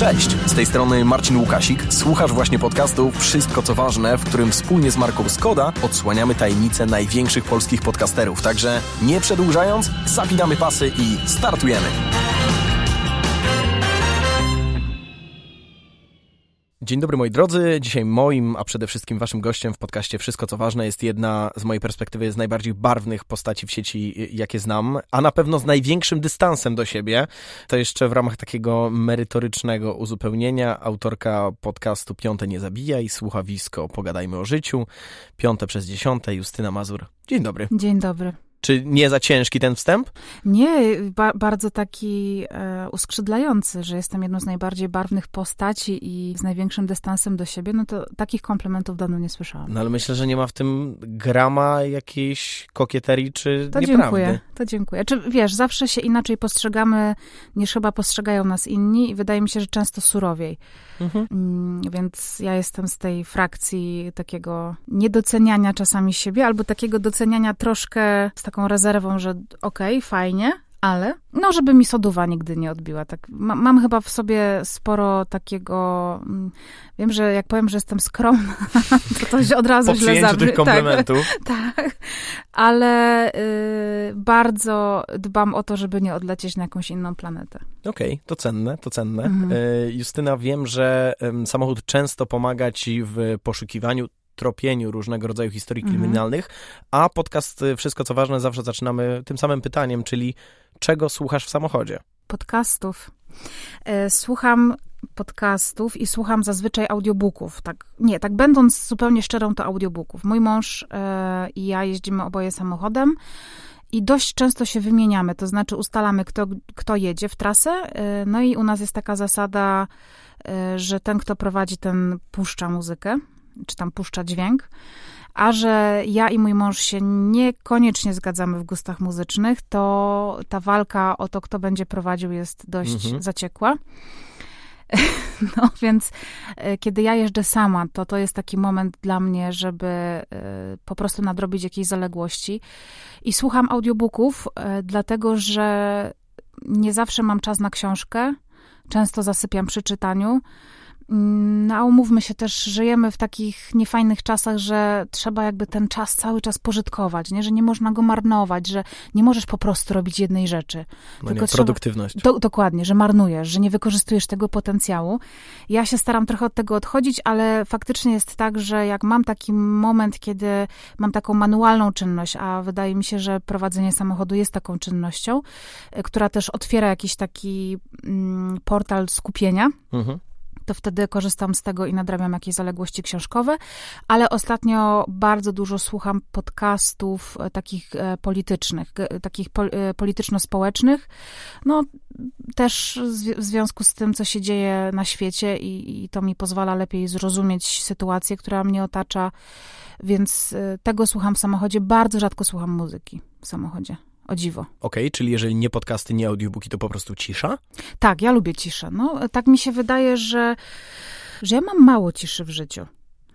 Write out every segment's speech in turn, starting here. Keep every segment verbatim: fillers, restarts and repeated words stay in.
Cześć, z tej strony Marcin Łukasik. Słuchasz właśnie podcastu Wszystko co ważne, w którym wspólnie z Marką Skoda odsłaniamy tajemnice największych polskich podcasterów. Także nie przedłużając, zapinamy pasy i startujemy. Dzień dobry moi drodzy, dzisiaj moim, a przede wszystkim waszym gościem w podcaście Wszystko co ważne jest jedna z mojej perspektywy z najbardziej barwnych postaci w sieci, jakie znam, a na pewno z największym dystansem do siebie. To jeszcze w ramach takiego merytorycznego uzupełnienia autorka podcastu Piąte nie zabijaj, słuchawisko Pogadajmy o życiu, Piąte przez dziesiąte, Justyna Mazur. Dzień dobry. Dzień dobry. Czy nie za ciężki ten wstęp? Nie, ba- bardzo taki e, uskrzydlający, że jestem jedną z najbardziej barwnych postaci i z największym dystansem do siebie, no to takich komplementów dawno nie słyszałam. No ale myślę, że nie ma w tym grama jakiejś kokieterii czy to nieprawdy. Dziękuję, to dziękuję. Czy wiesz, zawsze się inaczej postrzegamy, niż chyba postrzegają nas inni i wydaje mi się, że często surowiej. Mhm. Mm, więc ja jestem z tej frakcji takiego niedoceniania czasami siebie, albo takiego doceniania troszkę z taką rezerwą, że okej, okay, fajnie, ale no, żeby mi soduwa nigdy nie odbiła. Tak, ma, mam chyba w sobie sporo takiego, wiem, że jak powiem, że jestem skromna, to to się od razu po źle zabrzmi. tych komplementów. Tak, tak. Ale y, bardzo dbam o to, żeby nie odlecieć na jakąś inną planetę. Okej, okay, to cenne, to cenne. Mhm. Y, Justyna, wiem, że y, samochód często pomaga ci w poszukiwaniu, tropieniu różnego rodzaju historii mhm. kryminalnych, a podcast Wszystko co ważne zawsze zaczynamy tym samym pytaniem, czyli czego słuchasz w samochodzie? Podcastów. Słucham podcastów i słucham zazwyczaj audiobooków. Tak, nie, tak będąc zupełnie szczerą, to audiobooków. Mój mąż e, i ja jeździmy oboje samochodem i dość często się wymieniamy, to znaczy ustalamy, kto, kto jedzie w trasę, e, no i u nas jest taka zasada, e, że ten, kto prowadzi, ten puszcza muzykę, czy tam puszcza dźwięk, a że ja i mój mąż się niekoniecznie zgadzamy w gustach muzycznych, to ta walka o to, kto będzie prowadził, jest dość mhm. zaciekła. No więc kiedy ja jeżdżę sama, to to jest taki moment dla mnie, żeby po prostu nadrobić jakieś zaległości. I słucham audiobooków, dlatego że nie zawsze mam czas na książkę, często zasypiam przy czytaniu. No a umówmy się też, żyjemy w takich niefajnych czasach, że trzeba jakby ten czas cały czas pożytkować, nie? Że nie można go marnować, że nie możesz po prostu robić jednej rzeczy. No tylko nie, trzeba, produktywność. Do, dokładnie, że marnujesz, że nie wykorzystujesz tego potencjału. Ja się staram trochę od tego odchodzić, ale faktycznie jest tak, że jak mam taki moment, kiedy mam taką manualną czynność, a wydaje mi się, że prowadzenie samochodu jest taką czynnością, która też otwiera jakiś taki mm, portal skupienia, mhm. to wtedy korzystam z tego i nadrabiam jakieś zaległości książkowe, ale ostatnio bardzo dużo słucham podcastów takich politycznych, takich polityczno-społecznych, no też w związku z tym, co się dzieje na świecie i, i to mi pozwala lepiej zrozumieć sytuację, która mnie otacza, więc tego słucham w samochodzie, bardzo rzadko słucham muzyki w samochodzie. O dziwo. Okej, okay, czyli jeżeli nie podcasty, nie audiobooki, to po prostu cisza? Tak, ja lubię ciszę. No, tak mi się wydaje, że, że ja mam mało ciszy w życiu.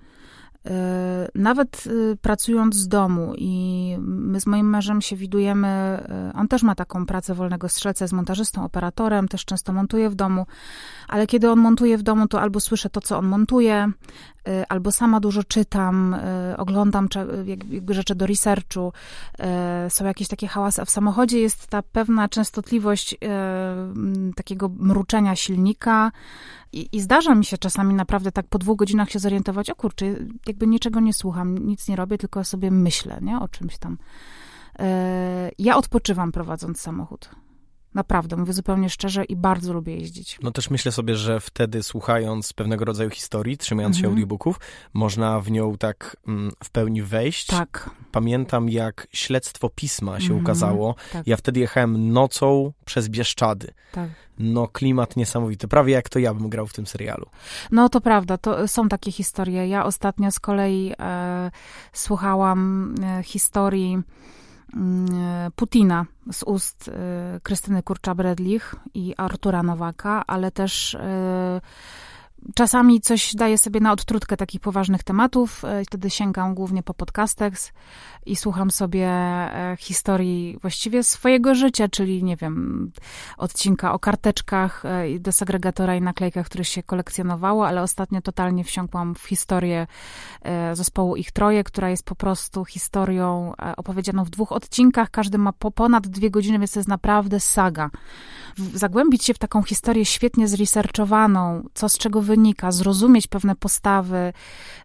Nawet pracując z domu i my z moim mężem się widujemy, on też ma taką pracę wolnego strzelca, jest montażystą, operatorem, też często montuje w domu, ale kiedy on montuje w domu, to albo słyszę to, co on montuje, albo sama dużo czytam, oglądam jakby rzeczy do researchu, są jakieś takie hałasy, a w samochodzie jest ta pewna częstotliwość takiego mruczenia silnika i, i zdarza mi się czasami naprawdę tak po dwóch godzinach się zorientować, o kurczę, jakby niczego nie słucham, nic nie robię, tylko sobie myślę, nie, o czymś tam. Ja odpoczywam prowadząc samochód. Naprawdę, mówię zupełnie szczerze i bardzo lubię jeździć. No też myślę sobie, że wtedy słuchając pewnego rodzaju historii, trzymając mhm. się audiobooków, można w nią tak mm, w pełni wejść. Tak. Pamiętam, jak Śledztwo Pisma się mhm. ukazało. Tak. Ja wtedy jechałem nocą przez Bieszczady. Tak. No klimat niesamowity. Prawie jak to ja bym grał w tym serialu. No to prawda, to są takie historie. Ja ostatnio z kolei e, słuchałam e, historii Putina z ust Krystyny Kurcza-Bredlich i Artura Nowaka, ale też czasami coś daję sobie na odtrutkę takich poważnych tematów, i wtedy sięgam głównie po podcastach i słucham sobie historii właściwie swojego życia, czyli nie wiem, odcinka o karteczkach do segregatora i naklejkach, które się kolekcjonowało, ale ostatnio totalnie wsiąkłam w historię zespołu Ich Troje, która jest po prostu historią opowiedzianą w dwóch odcinkach, każdy ma po ponad dwie godziny, więc to jest naprawdę saga. Zagłębić się w taką historię świetnie zresearchowaną, co z czego wynika, zrozumieć pewne postawy,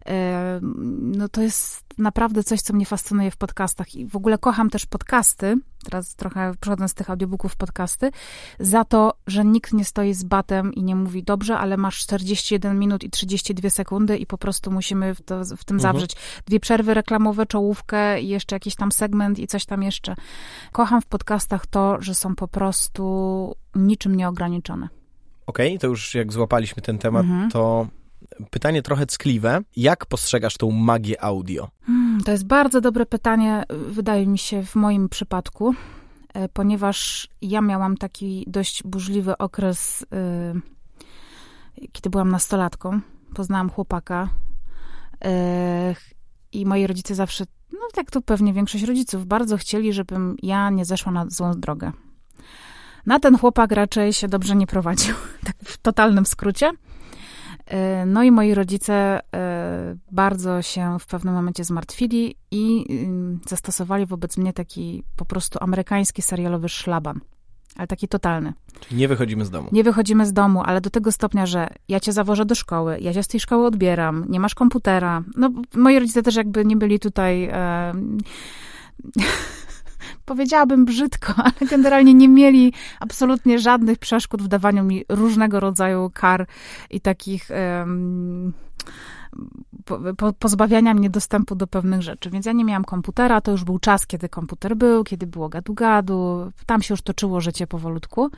no to jest naprawdę coś, co mnie fascynuje w podcastach i w ogóle kocham też podcasty, teraz trochę przechodząc z tych audiobooków w podcasty, za to, że nikt nie stoi z batem i nie mówi, dobrze, ale masz czterdzieści jeden minut i trzydzieści dwie sekundy i po prostu musimy w, to, w tym mhm. zawrzeć dwie przerwy reklamowe, czołówkę i jeszcze jakiś tam segment i coś tam jeszcze. Kocham w podcastach to, że są po prostu niczym nieograniczone. Okej, okay, to już jak złapaliśmy ten temat, mhm. to pytanie trochę ckliwe. Jak postrzegasz tą magię audio? Hmm, to jest bardzo dobre pytanie, wydaje mi się, w moim przypadku, ponieważ ja miałam taki dość burzliwy okres, yy, kiedy byłam nastolatką. Poznałam chłopaka yy, i moi rodzice zawsze, no tak to pewnie większość rodziców, bardzo chcieli, żebym ja nie zeszła na złą drogę. Na ten chłopak raczej się dobrze nie prowadził, tak w totalnym skrócie. No i moi rodzice bardzo się w pewnym momencie zmartwili i zastosowali wobec mnie taki po prostu amerykański serialowy szlaban, ale taki totalny. Czyli nie wychodzimy z domu. Nie wychodzimy z domu, ale do tego stopnia, że ja cię zawożę do szkoły, ja cię z tej szkoły odbieram, nie masz komputera. No moi rodzice też jakby nie byli tutaj... E, powiedziałabym brzydko, ale generalnie nie mieli absolutnie żadnych przeszkód w dawaniu mi różnego rodzaju kar i takich um, po, po, pozbawiania mnie dostępu do pewnych rzeczy. Więc ja nie miałam komputera, to już był czas, kiedy komputer był, kiedy było gadu-gadu, tam się już toczyło życie powolutku.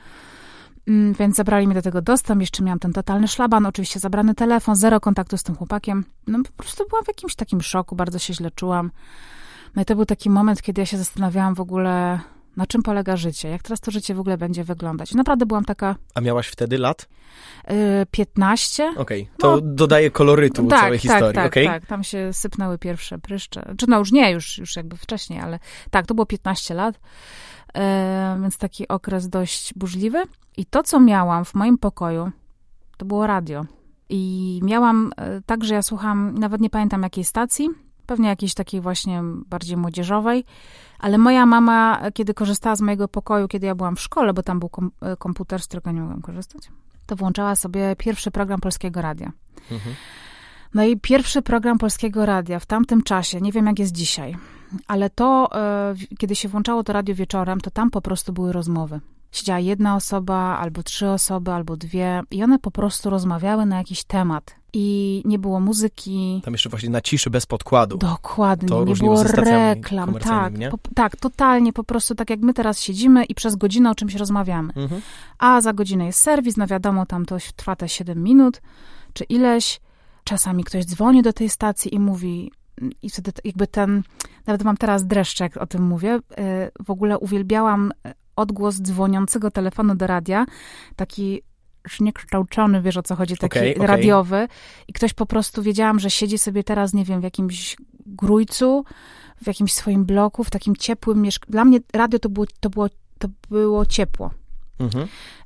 Więc zabrali mi do tego dostęp, jeszcze miałam ten totalny szlaban, oczywiście zabrany telefon, zero kontaktu z tym chłopakiem. No po prostu byłam w jakimś takim szoku, bardzo się źle czułam. No i to był taki moment, kiedy ja się zastanawiałam w ogóle, na czym polega życie, jak teraz to życie w ogóle będzie wyglądać. Naprawdę byłam taka... A miałaś wtedy lat? Yy, piętnaście. Okej, okay. To no, dodaje kolorytu tak, całej tak, historii. Tak, okay? tak, tam się sypnęły pierwsze pryszcze. Czy no już nie, już, już jakby wcześniej, ale tak, to było piętnaście lat, yy, więc taki okres dość burzliwy. I to, co miałam w moim pokoju, to było radio. I miałam yy, tak, że ja słucham, nawet nie pamiętam jakiej stacji, pewnie jakiejś takiej właśnie bardziej młodzieżowej, ale moja mama, kiedy korzystała z mojego pokoju, kiedy ja byłam w szkole, bo tam był kom- komputer, z którego nie mogłam korzystać, to włączała sobie pierwszy program Polskiego Radia. Mhm. No i pierwszy program Polskiego Radia w tamtym czasie, nie wiem jak jest dzisiaj, ale to, yy, kiedy się włączało to radio wieczorem, to tam po prostu były rozmowy. Siedziała jedna osoba, albo trzy osoby, albo dwie i one po prostu rozmawiały na jakiś temat. I nie było muzyki. Tam jeszcze właśnie na ciszy, bez podkładu. Dokładnie, to nie było reklam. Tak, po, tak, totalnie po prostu tak jak my teraz siedzimy i przez godzinę o czymś rozmawiamy. Mhm. A za godzinę jest serwis, no wiadomo, tam to trwa te siedem minut, czy ileś. Czasami ktoś dzwoni do tej stacji i mówi, i wtedy jakby ten, nawet mam teraz dreszcze, jak o tym mówię, w ogóle uwielbiałam odgłos dzwoniącego telefonu do radia, taki niekształcony, wiesz o co chodzi, taki okay, okay. radiowy i ktoś po prostu, wiedziałam, że siedzi sobie teraz, nie wiem, w jakimś grójcu, w jakimś swoim bloku, w takim ciepłym mieszkaniu. Dla mnie radio to było, to było, to było ciepło. Mhm.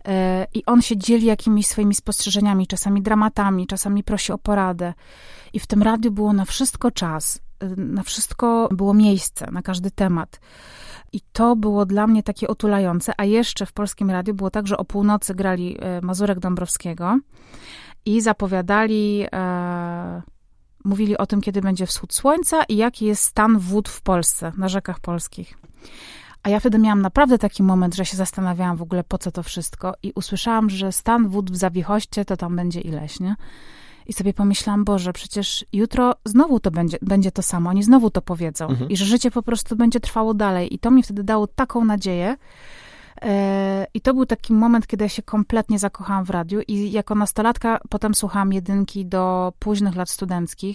I on się dzieli jakimiś swoimi spostrzeżeniami, czasami dramatami, czasami prosi o poradę. I w tym radiu było na wszystko czas, na wszystko było miejsce, na każdy temat. I to było dla mnie takie otulające, a jeszcze w Polskim Radiu było tak, że o północy grali Mazurek Dąbrowskiego i zapowiadali, e, mówili o tym, kiedy będzie wschód słońca i jaki jest stan wód w Polsce, na rzekach polskich. A ja wtedy miałam naprawdę taki moment, że się zastanawiałam w ogóle, po co to wszystko i usłyszałam, że stan wód w Zawiechoście to tam będzie ileś, nie? I sobie pomyślałam, Boże, przecież jutro znowu to będzie, będzie to samo, oni znowu to powiedzą. Mhm. I że życie po prostu będzie trwało dalej. I to mi wtedy dało taką nadzieję. Yy, I to był taki moment, kiedy ja się kompletnie zakochałam w radiu. I jako nastolatka potem słuchałam jedynki do późnych lat studenckich.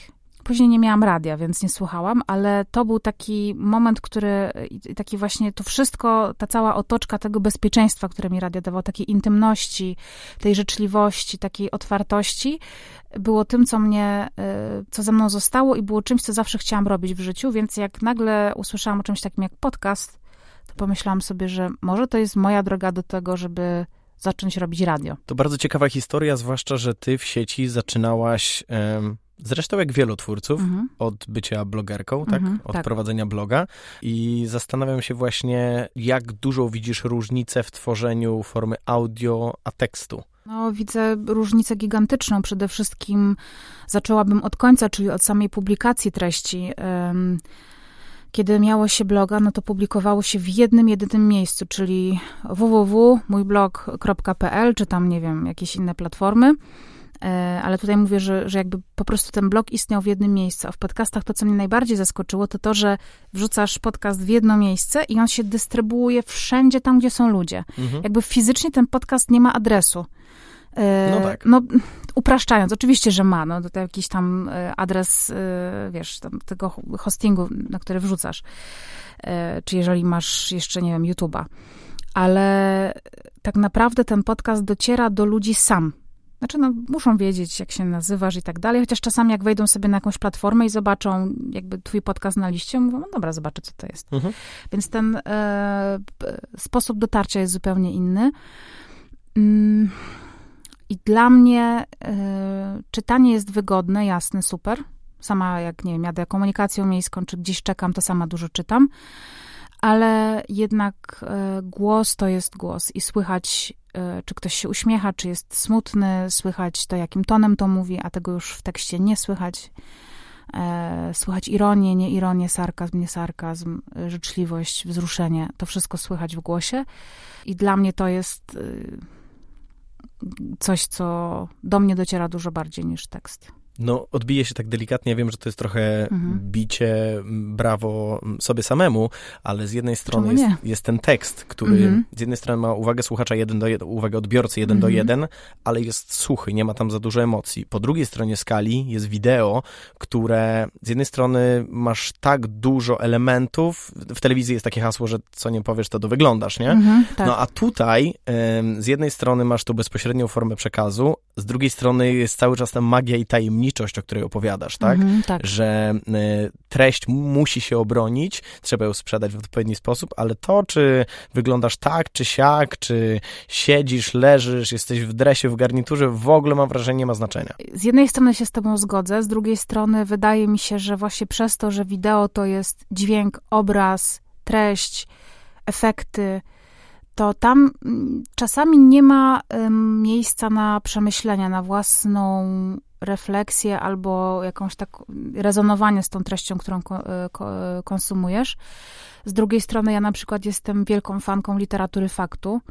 później nie miałam radia, więc nie słuchałam, ale to był taki moment, który, taki właśnie to wszystko, ta cała otoczka tego bezpieczeństwa, które mi radio dawało, takiej intymności, tej życzliwości, takiej otwartości, było tym, co mnie, co ze mną zostało i było czymś, co zawsze chciałam robić w życiu, więc jak nagle usłyszałam o czymś takim jak podcast, to pomyślałam sobie, że może to jest moja droga do tego, żeby zacząć robić radio. To bardzo ciekawa historia, zwłaszcza, że ty w sieci zaczynałaś, um, zresztą jak wielu twórców, mhm. od bycia blogerką, tak? Mhm, od tak. prowadzenia bloga. I zastanawiam się właśnie, jak dużą widzisz różnicę w tworzeniu formy audio, a tekstu. No, widzę różnicę gigantyczną. Przede wszystkim zaczęłabym od końca, czyli od samej publikacji treści. Um, Kiedy miało się bloga, no to publikowało się w jednym, jedynym miejscu, czyli w w w kropka mój blog kropka p l, czy tam, nie wiem, jakieś inne platformy. Ale tutaj mówię, że, że jakby po prostu ten blog istniał w jednym miejscu. A w podcastach to, co mnie najbardziej zaskoczyło, to to, że wrzucasz podcast w jedno miejsce i on się dystrybuuje wszędzie tam, gdzie są ludzie. Mhm. Jakby fizycznie ten podcast nie ma adresu. No tak. No, upraszczając, oczywiście, że ma, no, to jakiś tam adres, wiesz, tam tego hostingu, na który wrzucasz, czy jeżeli masz jeszcze, nie wiem, YouTube'a, ale tak naprawdę ten podcast dociera do ludzi sam. Znaczy, no, muszą wiedzieć, jak się nazywasz i tak dalej, chociaż czasami jak wejdą sobie na jakąś platformę i zobaczą jakby twój podcast na liście, mówią, no dobra, zobaczę, co to jest. Mhm. Więc ten e, sposób dotarcia jest zupełnie inny. Mm. I dla mnie y, czytanie jest wygodne, jasne, super. Sama jak, nie wiem, jadę komunikacją miejską, czy gdzieś czekam, to sama dużo czytam. Ale jednak y, głos to jest głos i słychać, y, czy ktoś się uśmiecha, czy jest smutny, słychać to, jakim tonem to mówi, a tego już w tekście nie słychać. Y, słychać ironię, nie ironię, sarkazm, nie sarkazm, y, życzliwość, wzruszenie. To wszystko słychać w głosie. I dla mnie to jest... Y, coś, co do mnie dociera dużo bardziej niż tekst. No, odbije się tak delikatnie. Ja wiem, że to jest trochę mhm. bicie brawo sobie samemu, ale z jednej strony jest, jest ten tekst, który mhm. z jednej strony ma uwagę słuchacza jeden do jeden, uwagę odbiorcy jeden mhm. do jeden, ale jest suchy, nie ma tam za dużo emocji. Po drugiej stronie skali jest wideo, które z jednej strony masz tak dużo elementów. W telewizji jest takie hasło, że co nie powiesz, to dowyglądasz, nie? Mhm, tak. No a tutaj ym, z jednej strony masz tu bezpośrednią formę przekazu, z drugiej strony jest cały czas ta magia i tajemnica, o której opowiadasz, tak? Mm-hmm, tak. Że y, treść musi się obronić, trzeba ją sprzedać w odpowiedni sposób, ale to, czy wyglądasz tak, czy siak, czy siedzisz, leżysz, jesteś w dresie, w garniturze, w ogóle mam wrażenie, nie ma znaczenia. Z jednej strony się z tobą zgodzę, z drugiej strony wydaje mi się, że właśnie przez to, że wideo to jest dźwięk, obraz, treść, efekty, to tam czasami nie ma y, miejsca na przemyślenia, na własną refleksję albo jakąś tak rezonowanie z tą treścią, którą ko, ko, konsumujesz. Z drugiej strony ja na przykład jestem wielką fanką literatury faktu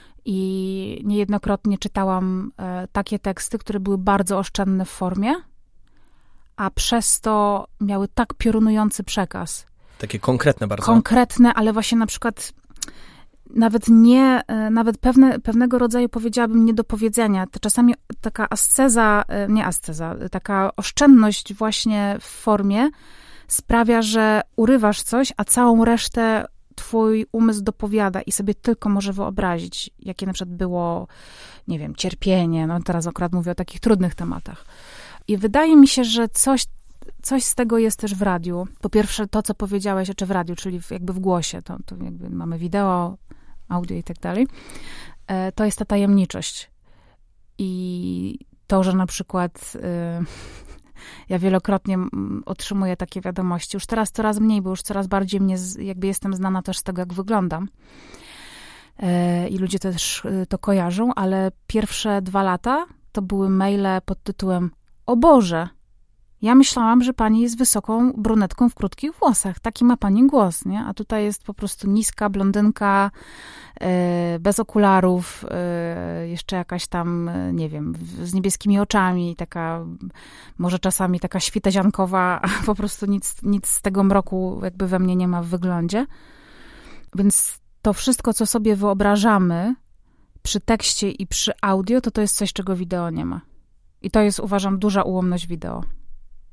i niejednokrotnie czytałam e, takie teksty, które były bardzo oszczędne w formie, a przez to miały tak piorunujący przekaz. Takie konkretne bardzo. Konkretne, ale właśnie na przykład nawet nie, nawet pewne, pewnego rodzaju, powiedziałabym, niedopowiedzenia. To czasami taka asceza, nie asceza, taka oszczędność właśnie w formie sprawia, że urywasz coś, a całą resztę twój umysł dopowiada i sobie tylko może wyobrazić, jakie na przykład było, nie wiem, cierpienie. No teraz akurat mówię o takich trudnych tematach. I wydaje mi się, że coś Coś z tego jest też w radiu. Po pierwsze to, co powiedziałeś, czy w radiu, czyli w, jakby w głosie, to, to jakby mamy wideo, audio i tak dalej. To jest ta tajemniczość. I to, że na przykład y, ja wielokrotnie otrzymuję takie wiadomości, już teraz coraz mniej, bo już coraz bardziej mnie, jakby jestem znana też z tego, jak wyglądam. Y, I ludzie też to kojarzą, ale pierwsze dwa lata to były maile pod tytułem: o Boże, ja myślałam, że pani jest wysoką brunetką w krótkich włosach. Taki ma pani głos, nie? A tutaj jest po prostu niska blondynka, yy, bez okularów, yy, jeszcze jakaś tam, yy, nie wiem, z niebieskimi oczami, taka, może czasami taka świteziankowa, a po prostu nic, nic z tego mroku jakby we mnie nie ma w wyglądzie. Więc to wszystko, co sobie wyobrażamy przy tekście i przy audio, to to jest coś, czego wideo nie ma. I to jest, uważam, duża ułomność wideo.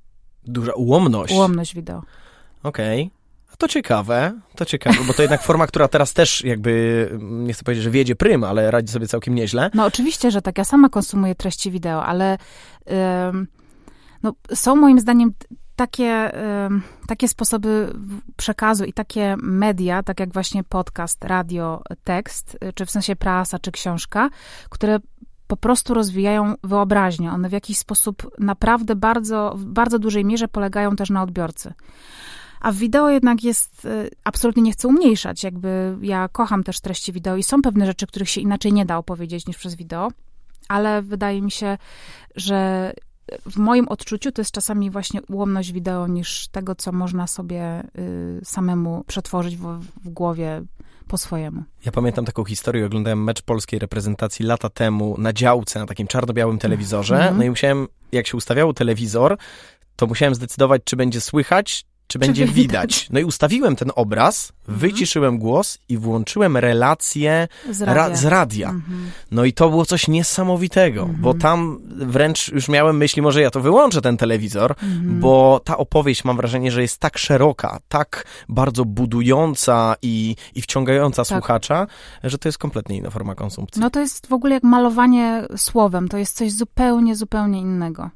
Duża ułomność. Ułomność wideo. Okej. Okay. To ciekawe, to ciekawe, bo to jednak forma, która teraz też jakby, nie chcę powiedzieć, że wiedzie prym, ale radzi sobie całkiem nieźle. No oczywiście, że tak. Ja sama konsumuję treści wideo, ale ym, no, są moim zdaniem takie, ym, takie sposoby przekazu i takie media, tak jak właśnie podcast, radio, tekst, czy w sensie prasa, czy książka, które po prostu rozwijają wyobraźnię. One w jakiś sposób naprawdę bardzo, w bardzo dużej mierze polegają też na odbiorcy. A w wideo jednak jest, absolutnie nie chcę umniejszać, jakby ja kocham też treści wideo i są pewne rzeczy, których się inaczej nie da opowiedzieć niż przez wideo, ale wydaje mi się, że w moim odczuciu to jest czasami właśnie ułomność wideo niż tego, co można sobie y, samemu przetworzyć w, w głowie po swojemu. Ja pamiętam taką historię, oglądałem mecz polskiej reprezentacji lata temu na działce, na takim czarno-białym telewizorze, mm-hmm. no i musiałem, jak się ustawiało telewizor, to musiałem zdecydować, czy będzie słychać, czy będzie widać. widać. No i ustawiłem ten obraz, mhm. wyciszyłem głos i włączyłem relację z radia. Ra- z radia. Mhm. No i to było coś niesamowitego, mhm. bo tam wręcz już miałem myśli, może ja to wyłączę ten telewizor, mhm. bo ta opowieść, mam wrażenie, że jest tak szeroka, tak bardzo budująca i, i wciągająca tak. słuchacza, że to jest kompletnie inna forma konsumpcji. No to jest w ogóle jak malowanie słowem, to jest coś zupełnie, zupełnie innego.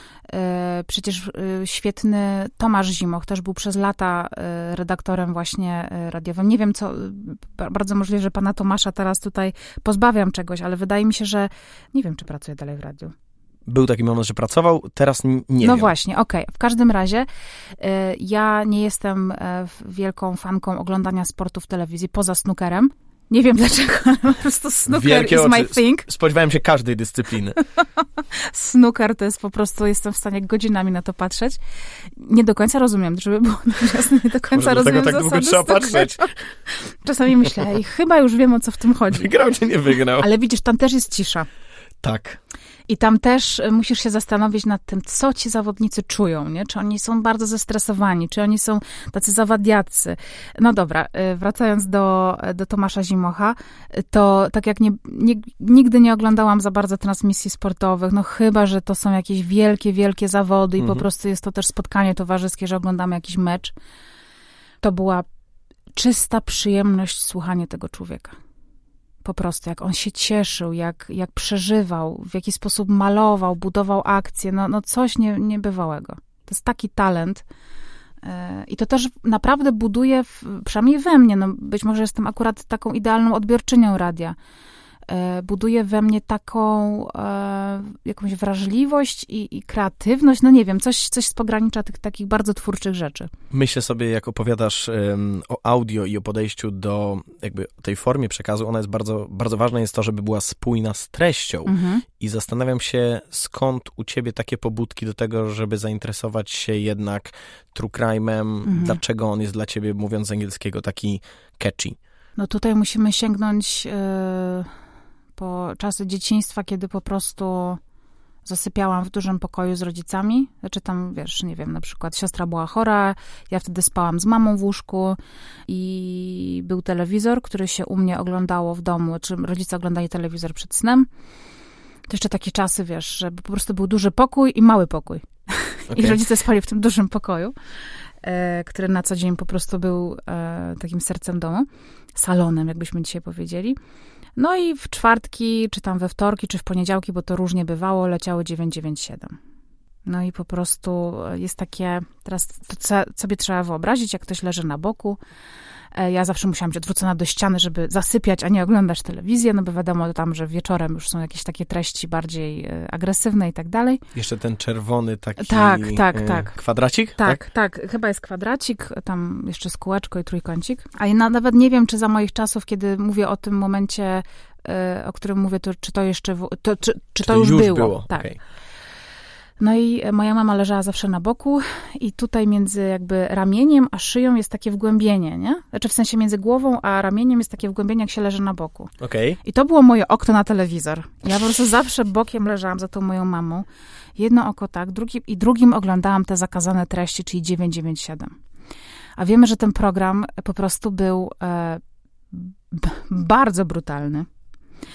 Przecież świetny Tomasz Zimoch też był przez lata redaktorem właśnie radiowym. Nie wiem, co, bardzo możliwe, że pana Tomasza teraz tutaj pozbawiam czegoś, ale wydaje mi się, że nie wiem, czy pracuje dalej w radiu. Był taki moment, że pracował, teraz nie no wiem. No właśnie, okej. Okay. W każdym razie ja nie jestem wielką fanką oglądania sportu w telewizji, poza snookerem. Nie wiem dlaczego, ale po prostu snooker Wielkie is oczy. my thing. Spodziewałem się każdej dyscypliny. Snooker to jest po prostu, jestem w stanie godzinami na to patrzeć. Nie do końca rozumiem, żeby było jasne, nie do końca Może rozumiem tak długo trzeba snookeru. patrzeć. Czasami myślę, ej, chyba już wiem, o co w tym chodzi. Wygrał czy nie wygrał? Ale widzisz, tam też jest cisza. Tak. I tam też musisz się zastanowić nad tym, co ci zawodnicy czują, nie? Czy oni są bardzo zestresowani, czy oni są tacy zawadiacy. No dobra, wracając do, do Tomasza Zimocha, to tak jak nie, nie, nigdy nie oglądałam za bardzo transmisji sportowych, no chyba, że to są jakieś wielkie, wielkie zawody i mhm. po prostu jest to też spotkanie towarzyskie, że oglądamy jakiś mecz. To była czysta przyjemność słuchania tego człowieka. Po prostu, jak on się cieszył, jak, jak przeżywał, w jaki sposób malował, budował akcje, no, no coś nie, niebywałego. To jest taki talent yy, i to też naprawdę buduje, w, przynajmniej we mnie, no być może jestem akurat taką idealną odbiorczynią radia, yy, buduje we mnie taką yy, jakąś wrażliwość i, i kreatywność, no nie wiem, coś, coś z pogranicza tych takich bardzo twórczych rzeczy. Myślę sobie, jak opowiadasz um, o audio i o podejściu do jakby tej formie przekazu, ona jest bardzo, bardzo ważna jest to, żeby była spójna z treścią. Mhm. I zastanawiam się, skąd u ciebie takie pobudki do tego, żeby zainteresować się jednak true crime'em, mhm. dlaczego on jest dla ciebie, mówiąc z angielskiego, taki catchy? No tutaj musimy sięgnąć yy, po czasy dzieciństwa, kiedy po prostu zasypiałam w dużym pokoju z rodzicami, znaczy tam, wiesz, nie wiem, na przykład siostra była chora, ja wtedy spałam z mamą w łóżku i był telewizor, który się u mnie oglądało w domu, czy rodzice oglądali telewizor przed snem. To jeszcze takie czasy, wiesz, że po prostu był duży pokój i mały pokój. Okay. I rodzice spali w tym dużym pokoju, e, który na co dzień po prostu był e, takim sercem domu, salonem, jakbyśmy dzisiaj powiedzieli. No i w czwartki, czy tam we wtorki, czy w poniedziałki, bo to różnie bywało, leciało dziewięćset dziewięćdziesiąt siedem. No i po prostu jest takie, teraz to co, sobie trzeba wyobrazić, jak ktoś leży na boku. Ja zawsze musiałam być odwrócona do ściany, żeby zasypiać, a nie oglądać telewizję, no bo wiadomo tam, że wieczorem już są jakieś takie treści bardziej agresywne i tak dalej. Jeszcze ten czerwony taki tak, tak, e, tak. kwadracik? Tak, tak, tak, chyba jest kwadracik, tam jeszcze z kółeczko i trójkącik. A ja nawet nie wiem, czy za moich czasów, kiedy mówię o tym momencie, o którym mówię, to czy to jeszcze, to, czy, czy, czy to, to już, już było. było. Tak. Okay. No i moja mama leżała zawsze na boku i tutaj między jakby ramieniem a szyją jest takie wgłębienie, nie? Znaczy w sensie między głową a ramieniem jest takie wgłębienie, jak się leży na boku. Okay. I to było moje okno na telewizor. Ja po prostu zawsze bokiem leżałam za tą moją mamą. Jedno oko tak, drugi, i drugim oglądałam te zakazane treści, czyli dziewięćset dziewięćdziesiąt siedem. A wiemy, że ten program po prostu był e, b- bardzo brutalny.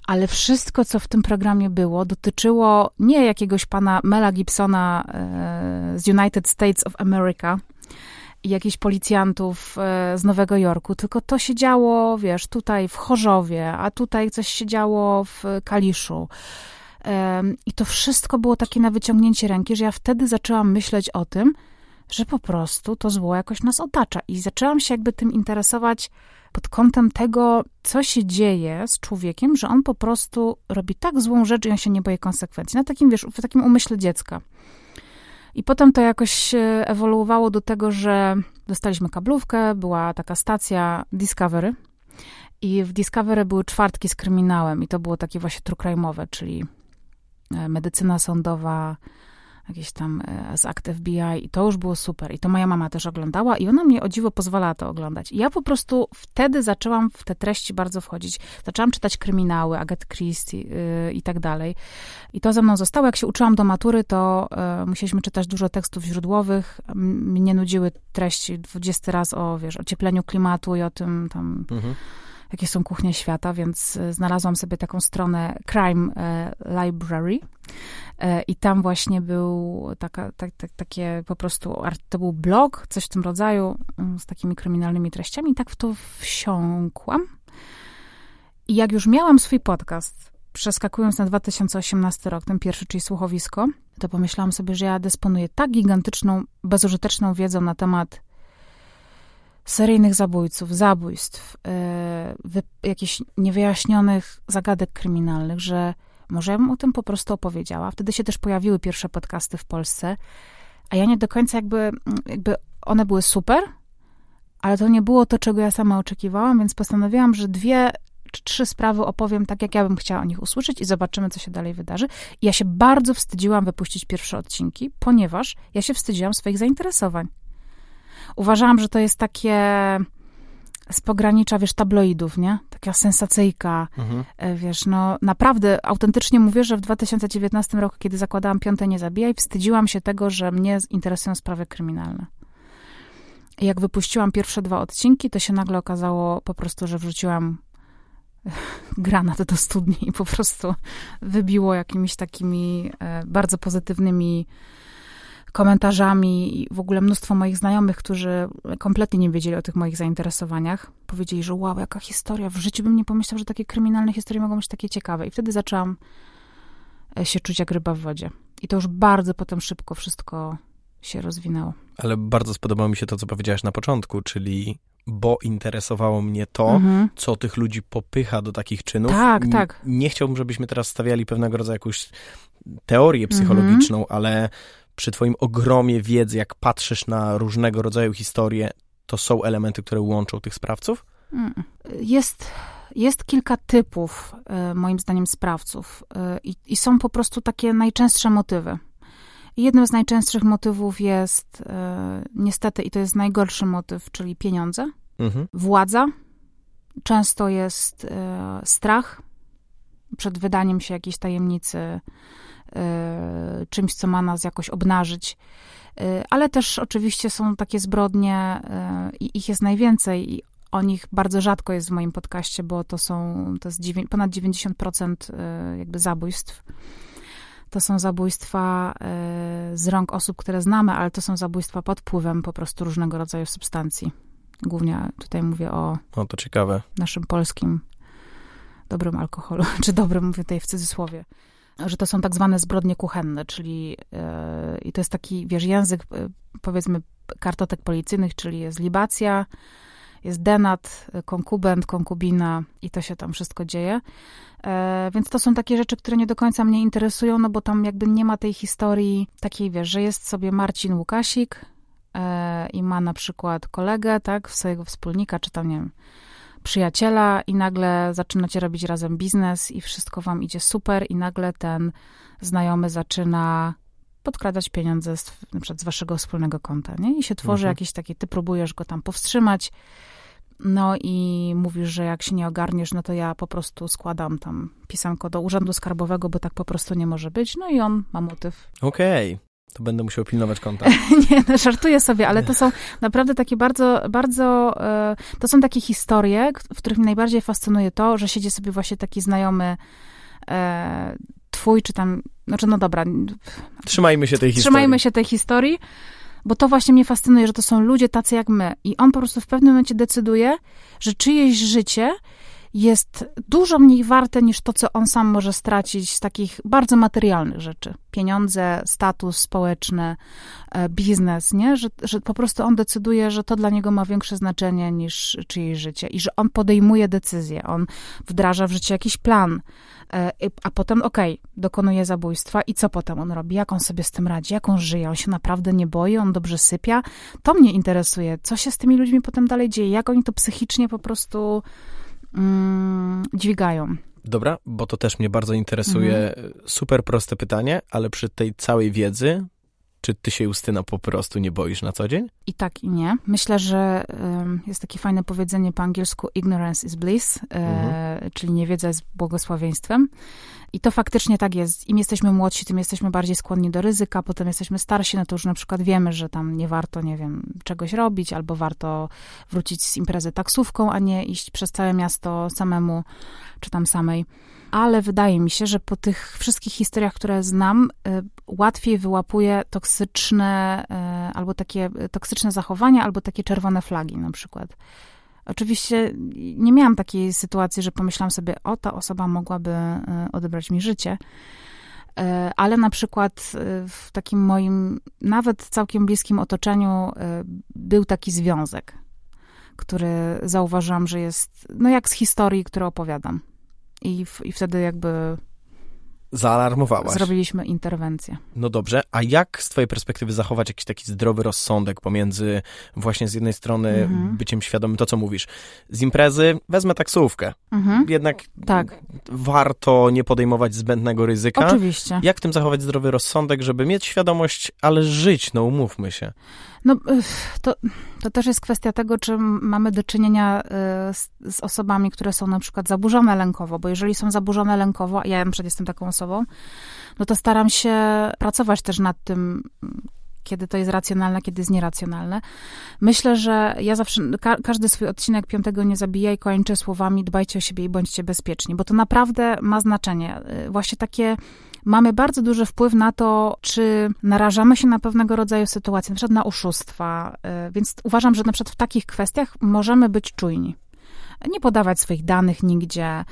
ale wszystko, co w tym programie było, dotyczyło nie jakiegoś pana Mela Gibsona e, z United States of America i jakichś policjantów e, z Nowego Jorku, tylko to się działo, wiesz, tutaj w Chorzowie, a tutaj coś się działo w Kaliszu. E, I to wszystko było takie na wyciągnięcie ręki, że ja wtedy zaczęłam myśleć o tym, że po prostu to zło jakoś nas otacza. I zaczęłam się jakby tym interesować pod kątem tego, co się dzieje z człowiekiem, że on po prostu robi tak złą rzecz i on się nie boi konsekwencji. Na takim, wiesz, w takim umyśle dziecka. I potem to jakoś ewoluowało do tego, że dostaliśmy kablówkę, była taka stacja Discovery i w Discovery były czwartki z kryminałem i to było takie właśnie true crime'owe, czyli medycyna sądowa, jakieś tam z akt F B I i to już było super. I to moja mama też oglądała i ona mnie o dziwo pozwalała to oglądać. I ja po prostu wtedy zaczęłam w te treści bardzo wchodzić. Zaczęłam czytać kryminały, Agaty Christie yy, i tak dalej. I to ze mną zostało. Jak się uczyłam do matury, to yy, musieliśmy czytać dużo tekstów źródłowych. Mnie nudziły treści dwudziesty raz o, wiesz, ociepleniu klimatu i o tym tam... Mhm. jakie są kuchnie świata, więc znalazłam sobie taką stronę Crime Library i tam właśnie był taka, tak, tak, takie po prostu, to był blog, coś w tym rodzaju, z takimi kryminalnymi treściami i tak w to wsiąkłam. I jak już miałam swój podcast, przeskakując na dwa tysiące osiemnasty rok, ten pierwszy, czyli Słuchowisko, to pomyślałam sobie, że ja dysponuję tak gigantyczną, bezużyteczną wiedzą na temat seryjnych zabójców, zabójstw, yy, jakichś niewyjaśnionych zagadek kryminalnych, że może ja bym o tym po prostu opowiedziała. Wtedy się też pojawiły pierwsze podcasty w Polsce, a ja nie do końca jakby, jakby one były super, ale to nie było to, czego ja sama oczekiwałam, więc postanowiłam, że dwie czy trzy sprawy opowiem tak, jak ja bym chciała o nich usłyszeć i zobaczymy, co się dalej wydarzy. I ja się bardzo wstydziłam wypuścić pierwsze odcinki, ponieważ ja się wstydziłam swoich zainteresowań. Uważałam, że to jest takie z pogranicza, wiesz, tabloidów, nie? Taka sensacyjka, mhm. wiesz, no naprawdę, autentycznie mówię, że w dwa tysiące dziewiętnastym roku, kiedy zakładałam Piąte Nie Zabijaj, wstydziłam się tego, że mnie interesują sprawy kryminalne. I jak wypuściłam pierwsze dwa odcinki, to się nagle okazało po prostu, że wrzuciłam granat do studni i po prostu wybiło jakimiś takimi bardzo pozytywnymi komentarzami i w ogóle mnóstwo moich znajomych, którzy kompletnie nie wiedzieli o tych moich zainteresowaniach, powiedzieli, że wow, jaka historia, w życiu bym nie pomyślał, że takie kryminalne historie mogą być takie ciekawe. I wtedy zaczęłam się czuć jak ryba w wodzie. I to już bardzo potem szybko wszystko się rozwinęło. Ale bardzo spodobało mi się to, co powiedziałaś na początku, czyli bo interesowało mnie to, mhm. co tych ludzi popycha do takich czynów. Tak, tak. Nie chciałbym, żebyśmy teraz stawiali pewnego rodzaju jakąś teorię psychologiczną, mhm. ale przy twoim ogromie wiedzy, jak patrzysz na różnego rodzaju historie, to są elementy, które łączą tych sprawców? Jest, jest kilka typów, moim zdaniem, sprawców i, i są po prostu takie najczęstsze motywy. I jednym z najczęstszych motywów jest niestety, i to jest najgorszy motyw, czyli pieniądze, mhm. władza. Często jest strach przed wydaniem się jakiejś tajemnicy, czymś, co ma nas jakoś obnażyć. Ale też oczywiście są takie zbrodnie i ich jest najwięcej i o nich bardzo rzadko jest w moim podcaście, bo to są, to jest ponad dziewięćdziesiąt procent jakby zabójstw. To są zabójstwa z rąk osób, które znamy, ale to są zabójstwa pod wpływem po prostu różnego rodzaju substancji. Głównie tutaj mówię o... O, to ciekawe. Naszym polskim dobrym alkoholu, czy dobrym, mówię tutaj w cudzysłowie. Że to są tak zwane zbrodnie kuchenne, czyli yy, i to jest taki, wiesz, język, yy, powiedzmy, kartotek policyjnych, czyli jest libacja, jest denat, konkubent, konkubina i to się tam wszystko dzieje. Yy, więc to są takie rzeczy, które nie do końca mnie interesują, no bo tam jakby nie ma tej historii takiej, wiesz, że jest sobie Marcin Łukasik yy, i ma na przykład kolegę, tak, swojego wspólnika, czy tam, nie wiem, przyjaciela i nagle zaczynacie robić razem biznes i wszystko wam idzie super i nagle ten znajomy zaczyna podkradać pieniądze z, na przykład z waszego wspólnego konta, nie? I się tworzy mhm. jakiś taki, ty próbujesz go tam powstrzymać, no i mówisz, że jak się nie ogarniesz, no to ja po prostu składam tam pisanko do Urzędu Skarbowego, bo tak po prostu nie może być, no i on ma motyw. Okej. Okay. To będę musiał pilnować konta. Nie, no, żartuję sobie, ale to są naprawdę takie bardzo, bardzo, to są takie historie, w których mnie najbardziej fascynuje to, że siedzi sobie właśnie taki znajomy twój, czy tam, znaczy no dobra. Trzymajmy się tej historii. Trzymajmy się tej historii, bo to właśnie mnie fascynuje, że to są ludzie tacy jak my. I on po prostu w pewnym momencie decyduje, że czyjeś życie jest dużo mniej warte niż to, co on sam może stracić z takich bardzo materialnych rzeczy. Pieniądze, status społeczny, biznes, nie? Że, że po prostu on decyduje, że to dla niego ma większe znaczenie niż czyjeś życie i że on podejmuje decyzje, on wdraża w życie jakiś plan, a potem okej, okay, dokonuje zabójstwa i co potem on robi? Jak on sobie z tym radzi? Jak on żyje? On się naprawdę nie boi? On dobrze sypia? To mnie interesuje. Co się z tymi ludźmi potem dalej dzieje? Jak oni to psychicznie po prostu mm, dźwigają? Dobra, bo to też mnie bardzo interesuje. Mhm. Super proste pytanie, ale przy tej całej wiedzy, czy ty się, Justyna, po prostu nie boisz na co dzień? I tak, i nie. Myślę, że um, jest takie fajne powiedzenie po angielsku ignorance is bliss, mhm. e, czyli niewiedza jest błogosławieństwem. I to faktycznie tak jest. Im jesteśmy młodsi, tym jesteśmy bardziej skłonni do ryzyka, potem jesteśmy starsi, no to już na przykład wiemy, że tam nie warto, nie wiem, czegoś robić, albo warto wrócić z imprezy taksówką, a nie iść przez całe miasto samemu, czy tam samej. Ale wydaje mi się, że po tych wszystkich historiach, które znam, y, łatwiej wyłapuję toksyczne, y, albo takie toksyczne zachowania, albo takie czerwone flagi na przykład. Oczywiście nie miałam takiej sytuacji, że pomyślałam sobie, o, ta osoba mogłaby y, odebrać mi życie, y, ale na przykład y, w takim moim, nawet całkiem bliskim otoczeniu y, był taki związek, który zauważyłam, że jest, no jak z historii, które opowiadam. I, w, I wtedy jakby zaalarmowałaś. Zrobiliśmy interwencję. No dobrze, a jak z twojej perspektywy zachować jakiś taki zdrowy rozsądek pomiędzy właśnie z jednej strony mhm. byciem świadomym, to co mówisz, z imprezy wezmę taksówkę. Mhm. Jednak tak. warto nie podejmować zbędnego ryzyka. Oczywiście. Jak w tym zachować zdrowy rozsądek, żeby mieć świadomość, ale żyć, no umówmy się. No, to, to też jest kwestia tego, czy mamy do czynienia z, z osobami, które są na przykład zaburzone lękowo, bo jeżeli są zaburzone lękowo, a ja na przykład jestem taką osobą, no to staram się pracować też nad tym, kiedy to jest racjonalne, kiedy jest nieracjonalne. Myślę, że ja zawsze, ka- każdy swój odcinek Piątego nie zabijaj kończę słowami dbajcie o siebie i bądźcie bezpieczni, bo to naprawdę ma znaczenie. Właśnie takie mamy bardzo duży wpływ na to, czy narażamy się na pewnego rodzaju sytuacje, na przykład na oszustwa, więc uważam, że na przykład w takich kwestiach możemy być czujni. Nie podawać swoich danych nigdzie,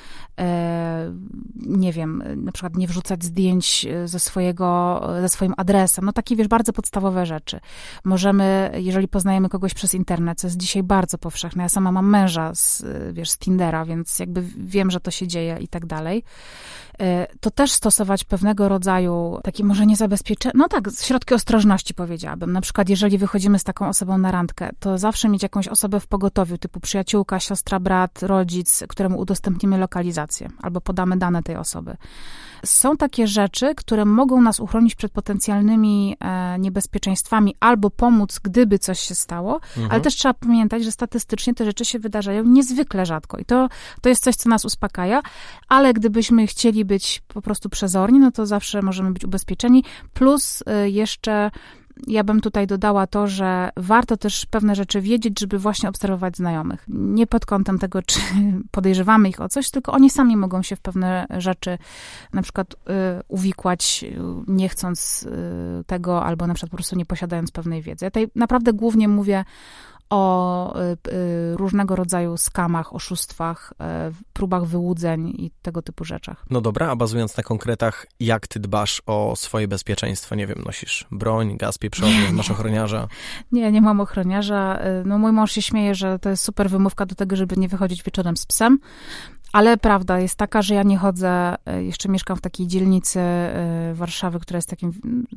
nie wiem, na przykład nie wrzucać zdjęć ze swojego, ze swoim adresem, no takie, wiesz, bardzo podstawowe rzeczy. Możemy, jeżeli poznajemy kogoś przez internet, co jest dzisiaj bardzo powszechne, ja sama mam męża z, wiesz, z Tindera, więc jakby wiem, że to się dzieje i tak dalej, to też stosować pewnego rodzaju takie może nie zabezpieczenie, no tak, środki ostrożności powiedziałabym. Na przykład, jeżeli wychodzimy z taką osobą na randkę, to zawsze mieć jakąś osobę w pogotowiu, typu przyjaciółka, siostra, brat, rodzic, któremu udostępnimy lokalizację albo podamy dane tej osoby. Są takie rzeczy, które mogą nas uchronić przed potencjalnymi e, niebezpieczeństwami albo pomóc, gdyby coś się stało, mhm. ale też trzeba pamiętać, że statystycznie te rzeczy się wydarzają niezwykle rzadko i to, to jest coś, co nas uspokaja, ale gdybyśmy chcieli być po prostu przezorni, no to zawsze możemy być ubezpieczeni, plus e, jeszcze ja bym tutaj dodała to, że warto też pewne rzeczy wiedzieć, żeby właśnie obserwować znajomych. Nie pod kątem tego, czy podejrzewamy ich o coś, tylko oni sami mogą się w pewne rzeczy na przykład y, uwikłać, y, nie chcąc y, tego, albo na przykład po prostu nie posiadając pewnej wiedzy. Ja tutaj naprawdę głównie mówię o y, y, różnego rodzaju skamach, oszustwach, y, próbach wyłudzeń i tego typu rzeczach. No dobra, a bazując na konkretach, jak ty dbasz o swoje bezpieczeństwo? Nie wiem, nosisz broń, gaz pieprzowy, masz ochroniarza? Nie, nie mam ochroniarza. No mój mąż się śmieje, że to jest super wymówka do tego, żeby nie wychodzić wieczorem z psem. Ale prawda jest taka, że ja nie chodzę, jeszcze mieszkam w takiej dzielnicy Warszawy, która jest takim,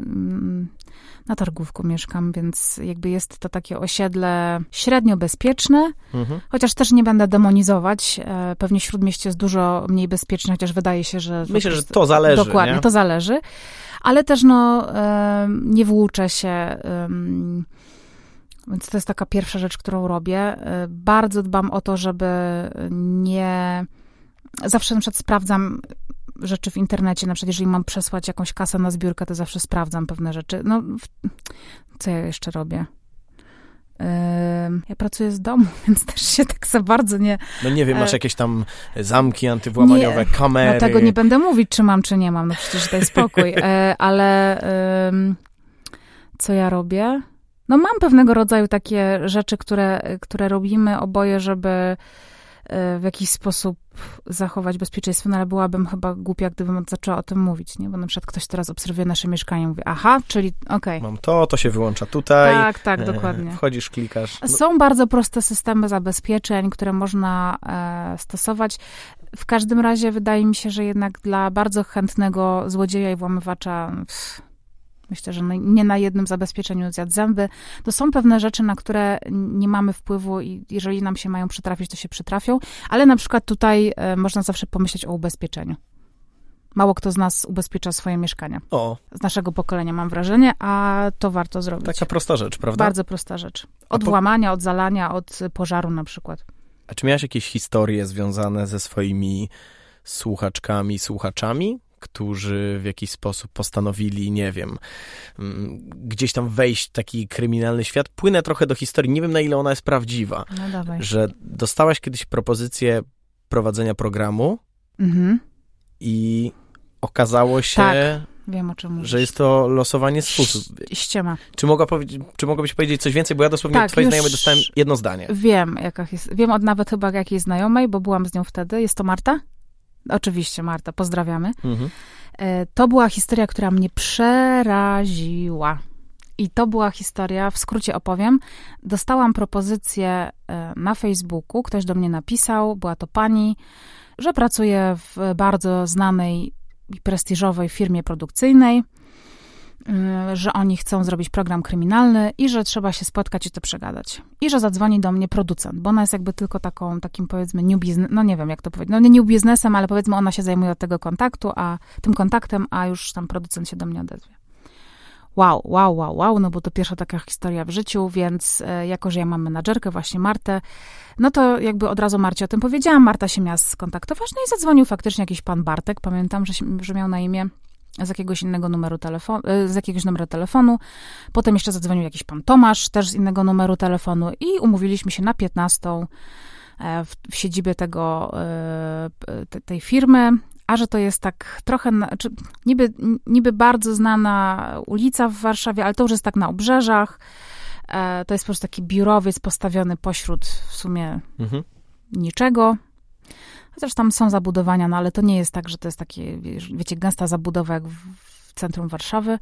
na Targówku mieszkam, więc jakby jest to takie osiedle średnio bezpieczne, mhm. chociaż też nie będę demonizować, pewnie Śródmieście jest dużo mniej bezpieczne, chociaż wydaje się, że... Myślę, że to zależy, Dokładnie, nie? to zależy, ale też no nie włóczę się... Więc to jest taka pierwsza rzecz, którą robię. Bardzo dbam o to, żeby nie... Zawsze na przykład sprawdzam, rzeczy w internecie, na przykład jeżeli mam przesłać jakąś kasę na zbiórkę, to zawsze sprawdzam pewne rzeczy. No, w... co ja jeszcze robię? Ja pracuję z domu, więc też się tak za bardzo nie... No nie wiem, masz jakieś tam zamki antywłamaniowe, nie, kamery... No tego nie będę mówić, czy mam, czy nie mam, no przecież daj spokój. Ale co ja robię? No mam pewnego rodzaju takie rzeczy, które, które robimy oboje, żeby w jakiś sposób zachować bezpieczeństwo, no ale byłabym chyba głupia, gdybym zaczęła o tym mówić, nie? Bo na przykład ktoś teraz obserwuje nasze mieszkanie i mówi, aha, czyli okej. Okay. Mam to, to się wyłącza tutaj. Tak, tak, e, dokładnie. Wchodzisz, klikasz. No. Są bardzo proste systemy zabezpieczeń, które można e, stosować. W każdym razie wydaje mi się, że jednak dla bardzo chętnego złodzieja i włamywacza pff, myślę, że nie na jednym zabezpieczeniu zjadł zęby. To są pewne rzeczy, na które nie mamy wpływu i jeżeli nam się mają przytrafić, to się przytrafią. Ale na przykład tutaj e, można zawsze pomyśleć o ubezpieczeniu. Mało kto z nas ubezpiecza swoje mieszkania. O. Z naszego pokolenia mam wrażenie, a to warto zrobić. Taka prosta rzecz, prawda? Bardzo prosta rzecz. Od po... włamania, od zalania, od pożaru na przykład. A czy miałaś jakieś historie związane ze swoimi słuchaczkami, słuchaczami? Którzy w jakiś sposób postanowili, nie wiem, gdzieś tam wejść w taki kryminalny świat. Płynę trochę do historii, nie wiem na ile ona jest prawdziwa. No dawaj. Że dostałaś kiedyś propozycję prowadzenia programu mhm. i okazało się, tak, wiem, o czym mówisz, że jest to losowanie z fusów. Ściema. Czy, mogła powiedzieć, czy mogłabyś powiedzieć coś więcej, bo ja dosłownie tak, od twojej znajomej dostałem jedno zdanie. Wiem, jaka jest, wiem od nawet chyba jakiej znajomej, bo byłam z nią wtedy. Jest to Marta? Oczywiście, Marta, pozdrawiamy. Mhm. To była historia, która mnie przeraziła. I to była historia, w skrócie opowiem, dostałam propozycję na Facebooku, ktoś do mnie napisał, była to pani, że pracuje w bardzo znanej i prestiżowej firmie produkcyjnej, że oni chcą zrobić program kryminalny i że trzeba się spotkać i to przegadać. I że zadzwoni do mnie producent, bo ona jest jakby tylko taką, takim powiedzmy new business, no nie wiem jak to powiedzieć, no nie new biznesem, ale powiedzmy ona się zajmuje od tego kontaktu, a tym kontaktem, a już tam producent się do mnie odezwie. Wow, wow, wow, wow, no bo to pierwsza taka historia w życiu, więc e, jako, że ja mam menadżerkę, właśnie Martę, no to jakby od razu Marcie o tym powiedziałam, Marta się miała skontaktować, no i zadzwonił faktycznie jakiś pan Bartek, pamiętam, że, się, że miał na imię z jakiegoś innego numeru telefonu, z jakiegoś numeru telefonu. Potem jeszcze zadzwonił jakiś pan Tomasz, też z innego numeru telefonu i umówiliśmy się na piętnastą w, w siedzibie tego, te, tej firmy, a że to jest tak trochę, znaczy niby, niby bardzo znana ulica w Warszawie, ale to już jest tak na obrzeżach. To jest po prostu taki biurowiec postawiony pośród w sumie mhm. niczego. Chociaż tam są zabudowania, no ale to nie jest tak, że to jest takie, wiecie, gęsta zabudowa jak w, w centrum Warszawy.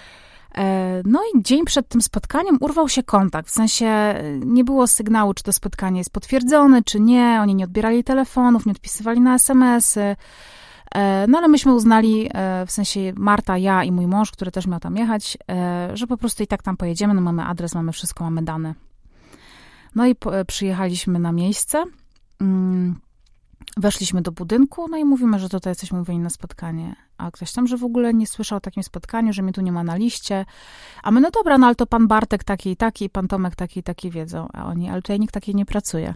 E, no i dzień przed tym spotkaniem urwał się kontakt. W sensie nie było sygnału, czy to spotkanie jest potwierdzone, czy nie. Oni nie odbierali telefonów, nie odpisywali na es em esy. E, no ale myśmy uznali, e, w sensie Marta, ja i mój mąż, który też miał tam jechać, e, że po prostu i tak tam pojedziemy. No mamy adres, mamy wszystko, mamy dane. No i po, przyjechaliśmy na miejsce. Mm. Weszliśmy do budynku, no i mówimy, że tutaj jesteśmy umówieni na spotkanie. A ktoś tam, że w ogóle nie słyszał o takim spotkaniu, że mnie tu nie ma na liście. A my, no dobra, no ale to pan Bartek taki i taki, pan Tomek taki i taki wiedzą. A oni, ale tutaj nikt taki nie pracuje.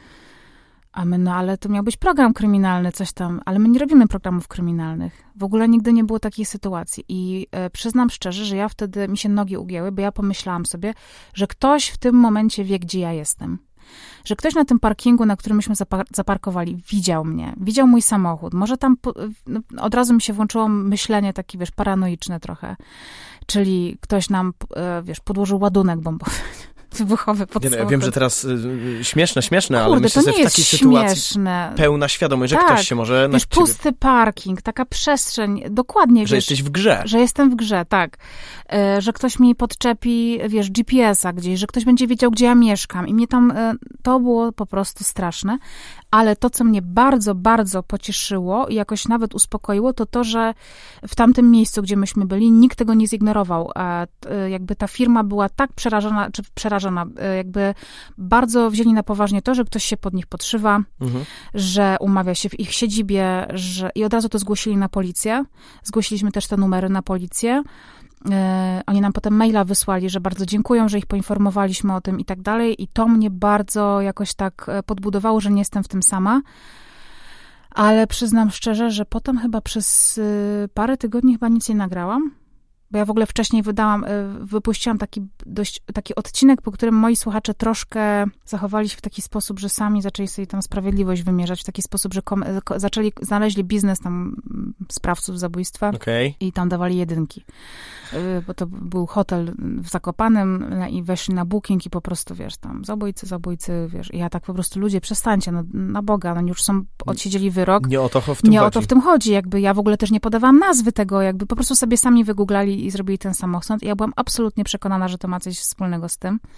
A my, no ale to miał być program kryminalny, coś tam. Ale my nie robimy programów kryminalnych. W ogóle nigdy nie było takiej sytuacji. I e, przyznam szczerze, że ja wtedy, mi się nogi ugięły, bo ja pomyślałam sobie, że ktoś w tym momencie wie, gdzie ja jestem. Że ktoś na tym parkingu, na którym myśmy zaparkowali, widział mnie, widział mój samochód. Może tam no, od razu mi się włączyło myślenie takie, wiesz, paranoiczne trochę. Czyli ktoś nam, wiesz, podłożył ładunek bombowy, wybuchowy pod samochód. Ja wiem, że teraz y, śmieszne, śmieszne, Kurde, ale myślę, że w takiej sytuacji śmieszne. Pełna świadomość, że tak, ktoś się może... Wiesz, pusty ciebie... parking, taka przestrzeń, dokładnie, że wiesz... Że jesteś w grze. Że jestem w grze, tak. E, że ktoś mi podczepi, wiesz, G P S a gdzieś, że ktoś będzie wiedział, gdzie ja mieszkam i mnie tam... E, to było po prostu straszne. Ale to, co mnie bardzo, bardzo pocieszyło i jakoś nawet uspokoiło, to to, że w tamtym miejscu, gdzie myśmy byli, nikt tego nie zignorował. A e, jakby ta firma była tak przerażona, czy przerażona, e, jakby bardzo wzięli na poważnie to, że ktoś się pod nich podszywa, mhm. że umawia się w ich siedzibie, że i od razu to zgłosili na policję. Zgłosiliśmy też te numery na policję. Yy, oni nam potem maila wysłali, że bardzo dziękują, że ich poinformowaliśmy o tym i tak dalej. I to mnie bardzo jakoś tak podbudowało, że nie jestem w tym sama. Ale przyznam szczerze, że potem chyba przez y, parę tygodni chyba nic nie nagrałam. Bo ja w ogóle wcześniej wydałam, wypuściłam taki dość, taki odcinek, po którym moi słuchacze troszkę zachowali się w taki sposób, że sami zaczęli sobie tam sprawiedliwość wymierzać, w taki sposób, że kom, zaczęli, znaleźli biznes tam sprawców zabójstwa okay. i tam dawali jedynki. Bo to był hotel w Zakopanem i weszli na booking i po prostu, wiesz, tam zabójcy, zabójcy, wiesz. I ja tak po prostu, ludzie, przestańcie, no na Boga, no już są, odsiedzieli wyrok. Nie o to w tym Nie chodzi. o to w tym chodzi, jakby ja w ogóle też nie podawałam nazwy tego, jakby po prostu sobie sami wygooglali i zrobili ten samosąd. I ja byłam absolutnie przekonana, że to ma coś wspólnego z tym.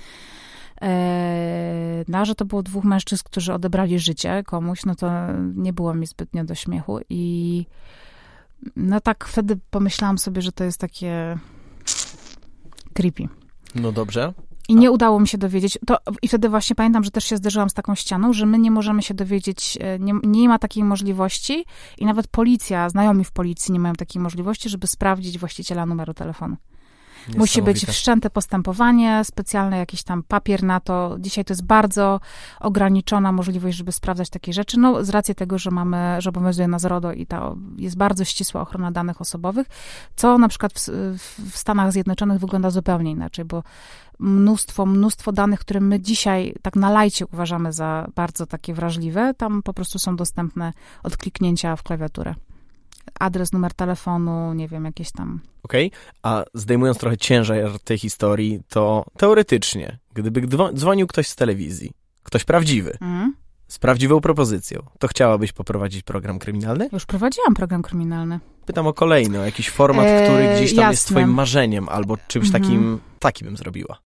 Eee, no, że to było dwóch mężczyzn, którzy odebrali życie komuś, no to nie było mi zbytnio do śmiechu. I no tak wtedy pomyślałam sobie, że to jest takie creepy. No dobrze. I nie udało mi się dowiedzieć, to, i wtedy właśnie pamiętam, że też się zderzyłam z taką ścianą, że my nie możemy się dowiedzieć, nie, nie ma takiej możliwości i nawet policja, znajomi w policji nie mają takiej możliwości, żeby sprawdzić właściciela numeru telefonu. Musi być wszczęte postępowanie, specjalny jakiś tam papier na to. Dzisiaj to jest bardzo ograniczona możliwość, żeby sprawdzać takie rzeczy. No, z racji tego, że mamy, że obowiązuje nas RODO i ta jest bardzo ścisła ochrona danych osobowych, co na przykład w, w Stanach Zjednoczonych wygląda zupełnie inaczej, bo mnóstwo, mnóstwo danych, które my dzisiaj tak na lajcie uważamy za bardzo takie wrażliwe, tam po prostu są dostępne od kliknięcia w klawiaturę. Adres, numer telefonu, nie wiem, jakieś tam... Okej, okay. A zdejmując trochę ciężar tej historii, to teoretycznie, gdyby dzwonił ktoś z telewizji, ktoś prawdziwy, mm. z prawdziwą propozycją, to chciałabyś poprowadzić program kryminalny? Już prowadziłam program kryminalny. Pytam o kolejny, o jakiś format, eee, który gdzieś tam jasne. jest twoim marzeniem, albo czymś mm-hmm. takim, taki bym zrobiła.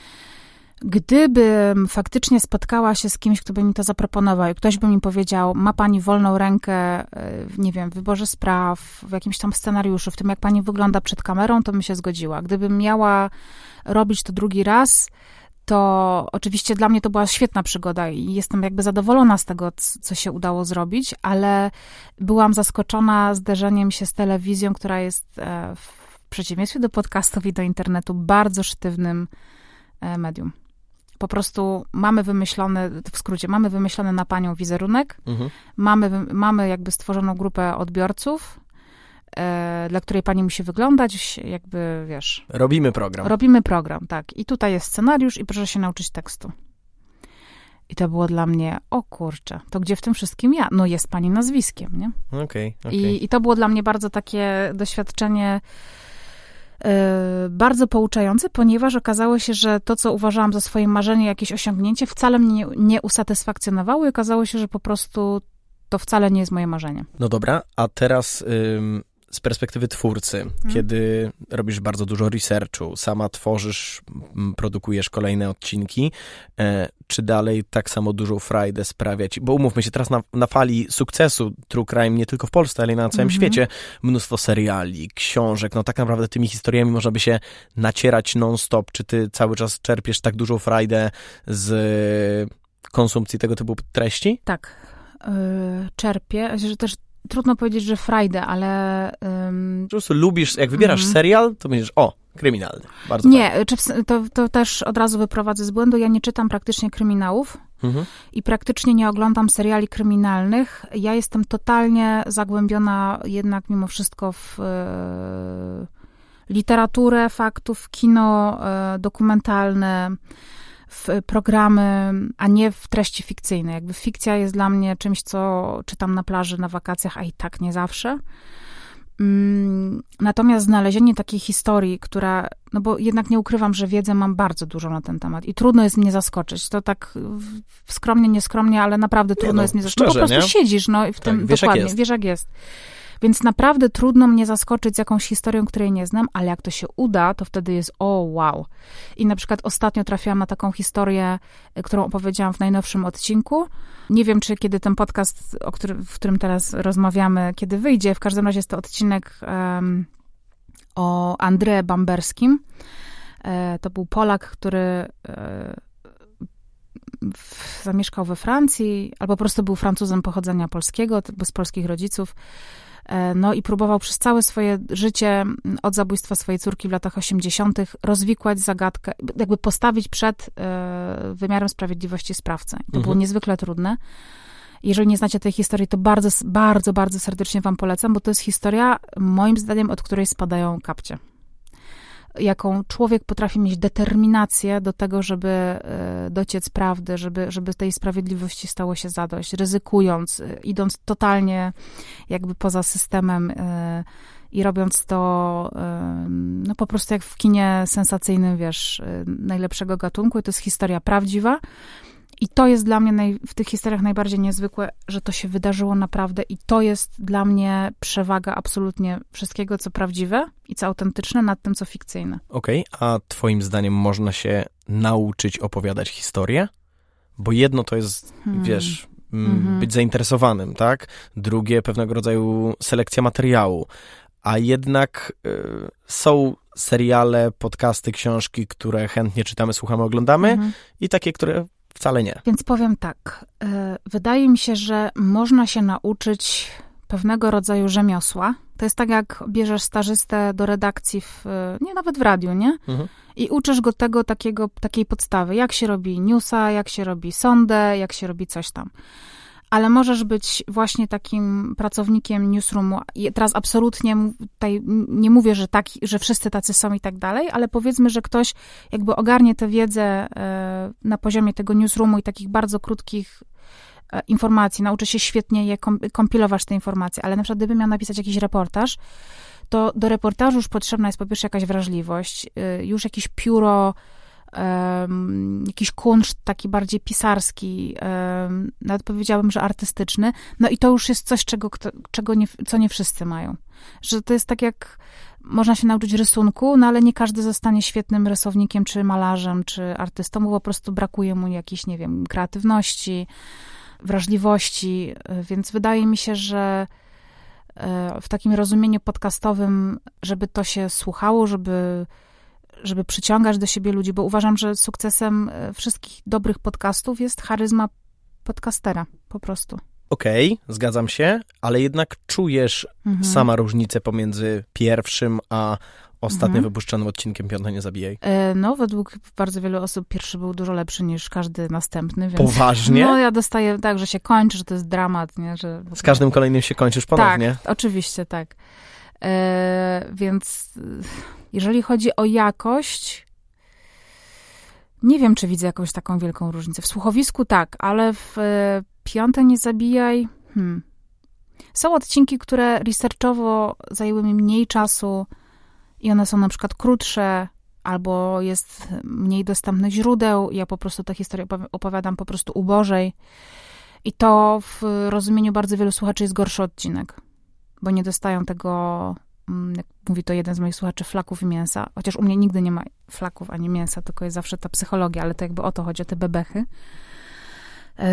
Gdybym faktycznie spotkała się z kimś, kto by mi to zaproponował i ktoś by mi powiedział, ma pani wolną rękę, nie wiem, w wyborze spraw, w jakimś tam scenariuszu, w tym jak pani wygląda przed kamerą, to bym się zgodziła. Gdybym miała robić to drugi raz, to oczywiście dla mnie to była świetna przygoda i jestem jakby zadowolona z tego, co się udało zrobić, ale byłam zaskoczona zderzeniem się z telewizją, która jest w przeciwieństwie do podcastów i do internetu bardzo sztywnym medium. Po prostu mamy wymyślony, w skrócie, mamy wymyślony na panią wizerunek, mhm. mamy, mamy jakby stworzoną grupę odbiorców, e, dla której pani musi wyglądać, jakby, wiesz... Robimy program. Robimy program, tak. I tutaj jest scenariusz i proszę się nauczyć tekstu. I to było dla mnie, o kurczę, to gdzie w tym wszystkim ja? No jest pani nazwiskiem, nie? Okej, okay, okay. I, I to było dla mnie bardzo takie doświadczenie bardzo pouczające, ponieważ okazało się, że to, co uważałam za swoje marzenie, jakieś osiągnięcie, wcale mnie nie usatysfakcjonowało i okazało się, że po prostu to wcale nie jest moje marzenie. No dobra, a teraz ym, z perspektywy twórcy, hmm. kiedy robisz bardzo dużo researchu, sama tworzysz, produkujesz kolejne odcinki, e, czy dalej tak samo dużą frajdę sprawia ci, bo umówmy się, teraz na, na fali sukcesu True Crime nie tylko w Polsce, ale i na całym mm-hmm. świecie, mnóstwo seriali, książek, no tak naprawdę tymi historiami można by się nacierać non-stop. Czy ty cały czas czerpiesz tak dużą frajdę z konsumpcji tego typu treści? Tak, yy, czerpię, że też trudno powiedzieć, że frajdę, ale... Um... Po prostu lubisz, jak wybierasz mm. serial, to będziesz, o, kryminalny. Bardzo nie, fajnie. Czy w, to, to też od razu wyprowadzę z błędu. Ja nie czytam praktycznie kryminałów mm-hmm. i praktycznie nie oglądam seriali kryminalnych. Ja jestem totalnie zagłębiona jednak mimo wszystko w e, literaturę faktów, kino e, dokumentalne, w programy, a nie w treści fikcyjne. Jakby fikcja jest dla mnie czymś, co czytam na plaży, na wakacjach, a i tak nie zawsze. Natomiast znalezienie takiej historii, która, no bo jednak nie ukrywam, że wiedzę mam bardzo dużo na ten temat i trudno jest mnie zaskoczyć. To tak skromnie, nieskromnie, ale naprawdę trudno nie no, jest mnie zaskoczyć. Po prostu nie? Siedzisz, no i w tym, tak, wiesz, dokładnie, jak wiesz jak jest. Więc naprawdę trudno mnie zaskoczyć z jakąś historią, której nie znam, ale jak to się uda, to wtedy jest o wow. I na przykład ostatnio trafiłam na taką historię, którą opowiedziałam w najnowszym odcinku. Nie wiem, czy kiedy ten podcast, o którym, w którym teraz rozmawiamy, kiedy wyjdzie. W każdym razie jest to odcinek um, o André Bamberskim. E, to był Polak, który e, w, zamieszkał we Francji, albo po prostu był Francuzem pochodzenia polskiego, bo z polskich rodziców. No i próbował przez całe swoje życie od zabójstwa swojej córki w latach osiemdziesiątych rozwikłać zagadkę, jakby postawić przed wymiarem sprawiedliwości sprawcę. I to mhm. było niezwykle trudne. Jeżeli nie znacie tej historii, to bardzo, bardzo, bardzo serdecznie wam polecam, bo to jest historia, moim zdaniem, od której spadają kapcie. Jaką człowiek potrafi mieć determinację do tego, żeby dociec prawdy, żeby, żeby tej sprawiedliwości stało się zadość, ryzykując, idąc totalnie jakby poza systemem i robiąc to no po prostu jak w kinie sensacyjnym, wiesz, najlepszego gatunku. I to jest historia prawdziwa. I to jest dla mnie naj, w tych historiach najbardziej niezwykłe, że to się wydarzyło naprawdę i to jest dla mnie przewaga absolutnie wszystkiego, co prawdziwe i co autentyczne nad tym, co fikcyjne. Okej, okay, a twoim zdaniem można się nauczyć opowiadać historię? Bo jedno to jest, hmm. wiesz, mm-hmm. być zainteresowanym, tak? Drugie pewnego rodzaju selekcja materiału. A jednak y, są seriale, podcasty, książki, które chętnie czytamy, słuchamy, oglądamy mhm. i takie, które wcale nie. Więc powiem tak. Y, wydaje mi się, że można się nauczyć pewnego rodzaju rzemiosła. To jest tak, jak bierzesz stażystę do redakcji, w, nie nawet w radiu, nie? Mhm. I uczysz go tego takiego, takiej podstawy. Jak się robi newsa, jak się robi sondę, jak się robi coś tam. Ale możesz być właśnie takim pracownikiem newsroomu. I teraz absolutnie tutaj nie mówię, że, tak, że wszyscy tacy są i tak dalej, ale powiedzmy, że ktoś jakby ogarnie tę wiedzę na poziomie tego newsroomu i takich bardzo krótkich informacji, nauczy się świetnie je kompilować te informacje, ale na przykład gdyby miał napisać jakiś reportaż, to do reportażu już potrzebna jest po pierwsze jakaś wrażliwość, już jakieś pióro, Um, jakiś kunszt taki bardziej pisarski, um, nawet powiedziałabym, że artystyczny, no i to już jest coś, czego, kto, czego nie, co nie wszyscy mają. Że to jest tak jak można się nauczyć rysunku, no ale nie każdy zostanie świetnym rysownikiem, czy malarzem, czy artystą, bo po prostu brakuje mu jakiejś, nie wiem, kreatywności, wrażliwości, więc wydaje mi się, że w takim rozumieniu podcastowym, żeby to się słuchało, żeby żeby przyciągać do siebie ludzi, bo uważam, że sukcesem wszystkich dobrych podcastów jest charyzma podcastera, po prostu. Okej, okay, zgadzam się, ale jednak czujesz mhm. sama różnicę pomiędzy pierwszym a ostatnio mhm. wypuszczonym odcinkiem Piąte Nie Zabijaj? E, no, według bardzo wielu osób pierwszy był dużo lepszy niż każdy następny. Więc, poważnie? No, ja dostaję tak, że się kończy, że to jest dramat, nie? Że, Z każdym kolejnym się kończysz ponownie? Tak, oczywiście, tak. E, więc jeżeli chodzi o jakość, nie wiem, czy widzę jakąś taką wielką różnicę. W słuchowisku tak, ale w e, Piąte Nie Zabijaj hmm. są odcinki, które researchowo zajęły mi mniej czasu i one są na przykład krótsze, albo jest mniej dostępnych źródeł. Ja po prostu tę historię opowiadam po prostu ubożej. I to w rozumieniu bardzo wielu słuchaczy jest gorszy odcinek, bo nie dostają tego, jak mówi to jeden z moich słuchaczy, flaków i mięsa. Chociaż u mnie nigdy nie ma flaków ani mięsa, tylko jest zawsze ta psychologia, ale to jakby o to chodzi, o te bebechy. Yy,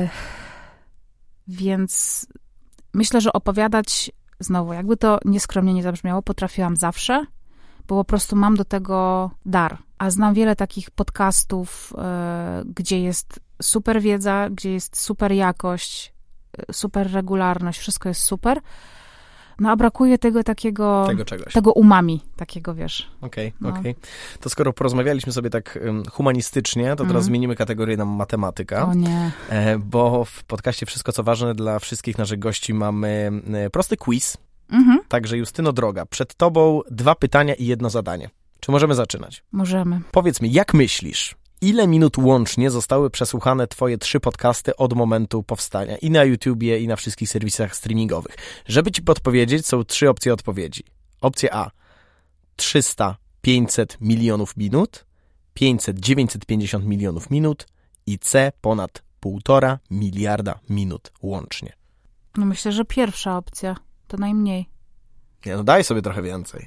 więc myślę, że opowiadać, znowu, jakby to nieskromnie nie zabrzmiało, potrafiłam zawsze, bo po prostu mam do tego dar. A znam wiele takich podcastów, yy, gdzie jest super wiedza, gdzie jest super jakość, super regularność, wszystko jest super. No a brakuje tego takiego, tego, czegoś. tego umami, takiego, wiesz. Okej, okay, no. okej. Okay. To skoro porozmawialiśmy sobie tak um, humanistycznie, to teraz mm. zmienimy kategorię na matematyka. O nie. E, bo w podcaście Wszystko, co ważne dla wszystkich naszych gości mamy e, prosty quiz. Mm-hmm. Także Justyno droga, przed tobą dwa pytania i jedno zadanie. Czy możemy zaczynać? Możemy. Powiedz mi, jak myślisz, ile minut łącznie zostały przesłuchane twoje trzy podcasty od momentu powstania? I na YouTubie, i na wszystkich serwisach streamingowych. Żeby ci podpowiedzieć, są trzy opcje odpowiedzi. Opcja A. trzysta pięćset milionów minut, pięćset dziewięćset pięćdziesiąt milionów minut i C. ponad półtora miliarda minut łącznie. No myślę, że pierwsza opcja. To najmniej. Nie, no daj sobie trochę więcej.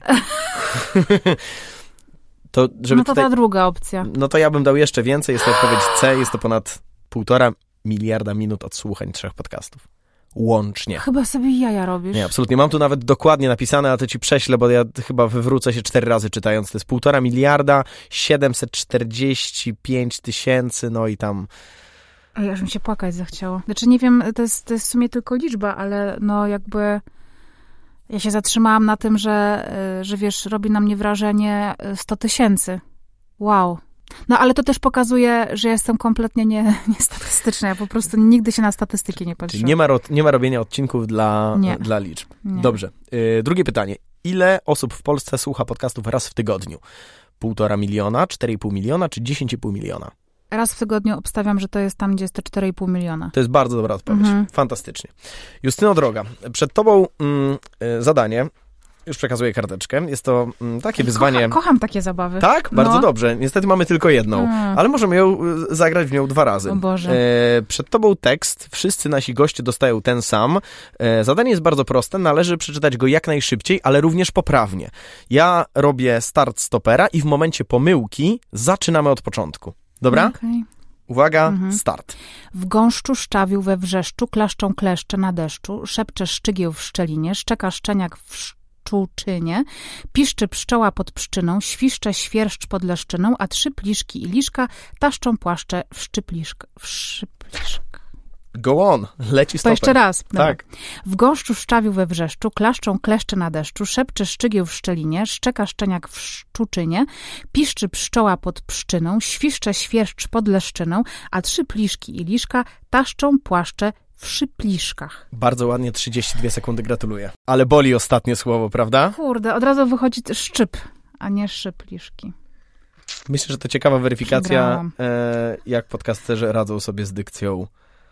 To, żeby no to tutaj, ta druga opcja. No to ja bym dał jeszcze więcej. Jest to odpowiedź C. Jest to ponad półtora miliarda minut odsłuchań trzech podcastów. Łącznie. Chyba sobie jaja robisz. Nie, absolutnie. Mam tu nawet dokładnie napisane, a to ci prześlę, bo ja chyba wywrócę się cztery razy czytając. To jest półtora miliarda, siedemset czterdzieści pięć tysięcy, no i tam... Ej, aż mi się płakać zachciało. Znaczy nie wiem, to jest, to jest w sumie tylko liczba, ale no jakby... Ja się zatrzymałam na tym, że, że wiesz, robi na mnie wrażenie sto tysięcy. Wow. No ale to też pokazuje, że jestem kompletnie nie, niestatystyczna. Ja po prostu nigdy się na statystyki nie patrzę. Czyli nie ma, ro, nie ma robienia odcinków dla, nie. dla liczb. Nie. Dobrze. Yy, drugie pytanie. Ile osób w Polsce słucha podcastów raz w tygodniu? Półtora miliona, cztery i pół miliona czy dziesięć i pół miliona? Raz w tygodniu obstawiam, że to jest tam, gdzie jest te cztery i pół miliona. To jest bardzo dobra odpowiedź. Mhm. Fantastycznie. Justyno droga, przed tobą mm, zadanie. Już przekazuję karteczkę. Jest to mm, takie wyzwanie... Kocham, kocham takie zabawy. Tak? Bardzo no. dobrze. Niestety mamy tylko jedną, mm. ale możemy ją zagrać w nią dwa razy. O Boże. E, przed tobą tekst. Wszyscy nasi goście dostają ten sam. E, zadanie jest bardzo proste. Należy przeczytać go jak najszybciej, ale również poprawnie. Ja robię start stopera i w momencie pomyłki zaczynamy od początku. Dobra? Okay. Uwaga, mhm. start. W gąszczu szczawił we wrzeszczu, klaszczą kleszcze na deszczu, szepcze szczygieł w szczelinie, szczeka szczeniak w szczuczynie, piszczy pszczoła pod pszczyną, świszcze świerszcz pod leszczyną, a trzy pliszki i liszka taszczą płaszcze w szczypliszk. W szczypliszk. Go on, leci stoper. To jeszcze raz. Dobra. Tak. W gąszczu szczawił we wrzeszczu, klaszczą kleszcze na deszczu, szepcze szczygieł w szczelinie, szczeka szczeniak w szczuczynie, piszczy pszczoła pod pszczyną, świszcze świerszcz pod leszczyną, a trzy pliszki i liszka taszczą płaszcze w szypliszkach. Bardzo ładnie, trzydzieści dwie sekundy, gratuluję. Ale boli ostatnie słowo, prawda? Kurde, od razu wychodzi szczyp, a nie szypliszki. Myślę, że to ciekawa weryfikacja, e, jak podcasterzy radzą sobie z dykcją.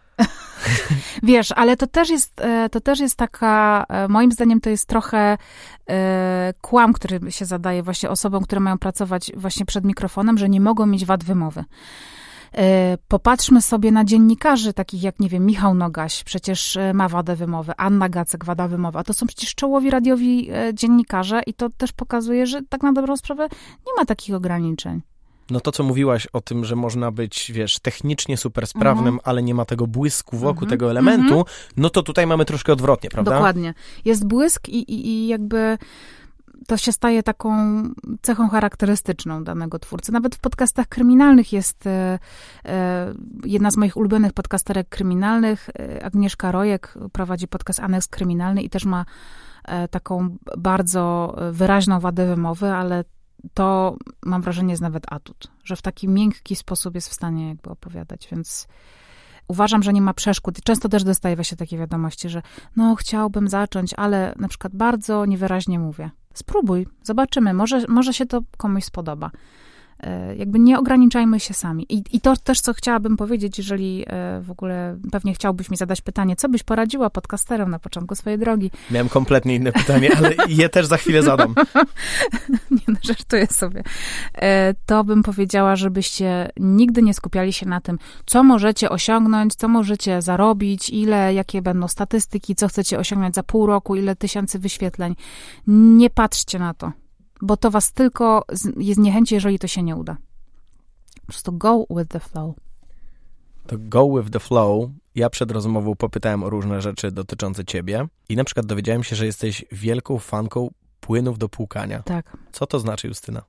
Wiesz, ale to też jest, to też jest taka, moim zdaniem to jest trochę kłam, który się zadaje właśnie osobom, które mają pracować właśnie przed mikrofonem, że nie mogą mieć wad wymowy. Popatrzmy sobie na dziennikarzy, takich jak, nie wiem, Michał Nogaś, przecież ma wadę wymowy, Anna Gacek, wada wymowy, a to są przecież czołowi radiowi dziennikarze i to też pokazuje, że tak na dobrą sprawę nie ma takich ograniczeń. No to, co mówiłaś o tym, że można być, wiesz, technicznie super sprawnym, uh-huh. ale nie ma tego błysku wokół uh-huh. tego elementu, uh-huh. no to tutaj mamy troszkę odwrotnie, prawda? Dokładnie. Jest błysk i, i, i jakby to się staje taką cechą charakterystyczną danego twórcy. Nawet w podcastach kryminalnych jest e, e, jedna z moich ulubionych podcasterek kryminalnych, e, Agnieszka Rojek, prowadzi podcast Aneks Kryminalny i też ma e, taką bardzo wyraźną wadę wymowy, ale to mam wrażenie jest nawet atut, że w taki miękki sposób jest w stanie jakby opowiadać, więc uważam, że nie ma przeszkód. Często też dostaję właśnie takie wiadomości, że no chciałbym zacząć, ale na przykład bardzo niewyraźnie mówię. Spróbuj, zobaczymy, może, może się to komuś spodoba. Jakby nie ograniczajmy się sami. I, I to też, co chciałabym powiedzieć, jeżeli w ogóle pewnie chciałbyś mi zadać pytanie, co byś poradziła podcasterom na początku swojej drogi? Miałem kompletnie inne pytanie, ale je też za chwilę zadam. Nie no, żartuję sobie. To bym powiedziała, żebyście nigdy nie skupiali się na tym, co możecie osiągnąć, co możecie zarobić, ile, jakie będą statystyki, co chcecie osiągnąć za pół roku, ile tysięcy wyświetleń. Nie patrzcie na to. Bo to was tylko zniechęci, jeżeli to się nie uda. Po prostu go with the flow. To go with the flow. Ja przed rozmową popytałem o różne rzeczy dotyczące ciebie i na przykład dowiedziałem się, że jesteś wielką fanką płynów do płukania. Tak. Co to znaczy, Justyna?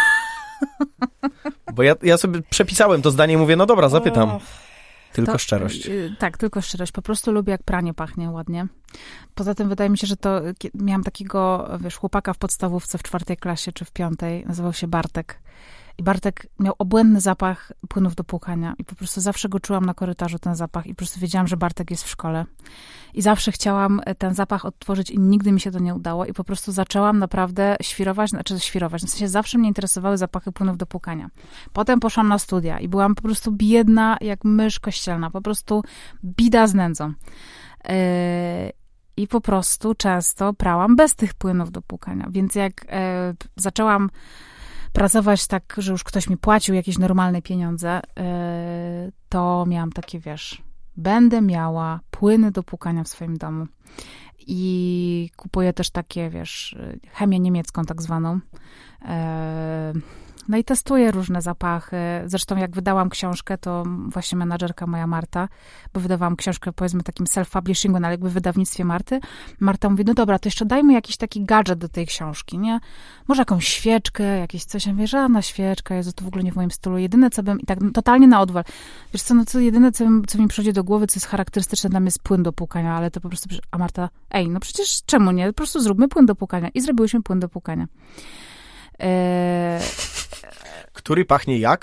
Bo ja, ja sobie przepisałem to zdanie i mówię, no dobra, zapytam. Tylko to, szczerość. Tak, tylko szczerość. Po prostu lubię, jak pranie pachnie ładnie. Poza tym wydaje mi się, że to miałam takiego, wiesz, chłopaka w podstawówce w czwartej klasie czy w piątej. Nazywał się Bartek. I Bartek miał obłędny zapach płynów do płukania. I po prostu zawsze go czułam na korytarzu, ten zapach. I po prostu wiedziałam, że Bartek jest w szkole. I zawsze chciałam ten zapach odtworzyć i nigdy mi się to nie udało. I po prostu zaczęłam naprawdę świrować, znaczy świrować. W sensie zawsze mnie interesowały zapachy płynów do płukania. Potem poszłam na studia i byłam po prostu biedna jak mysz kościelna. Po prostu bida z nędzą. Yy, I po prostu często prałam bez tych płynów do płukania. Więc jak yy, zaczęłam pracować tak, że już ktoś mi płacił jakieś normalne pieniądze, yy, to miałam takie, wiesz, będę miała płyny do płukania w swoim domu. I kupuję też takie, wiesz, chemię niemiecką tak zwaną. Yy, no i testuję różne zapachy. Zresztą jak wydałam książkę, to właśnie menadżerka moja Marta, bo wydawałam książkę, powiedzmy, takim self-publishingu, no ale jakby w wydawnictwie Marty. Marta mówi, no dobra, to jeszcze dajmy jakiś taki gadżet do tej książki, nie? Może jakąś świeczkę, jakieś coś. Ja mówię, żadna świeczka, Jezu, to w ogóle nie w moim stylu. Jedyne, co bym, i tak totalnie na odwal. Wiesz co, no co, jedyne, co, co mi przychodzi do głowy, co jest charakterystyczne dla mnie, jest płyn do płukania, ale to po prostu, a Marta, ej, no przecież czemu nie? Po prostu zróbmy płyn do płukania. I zrobiłyśmy płyn do płukania. Eee... Który pachnie jak?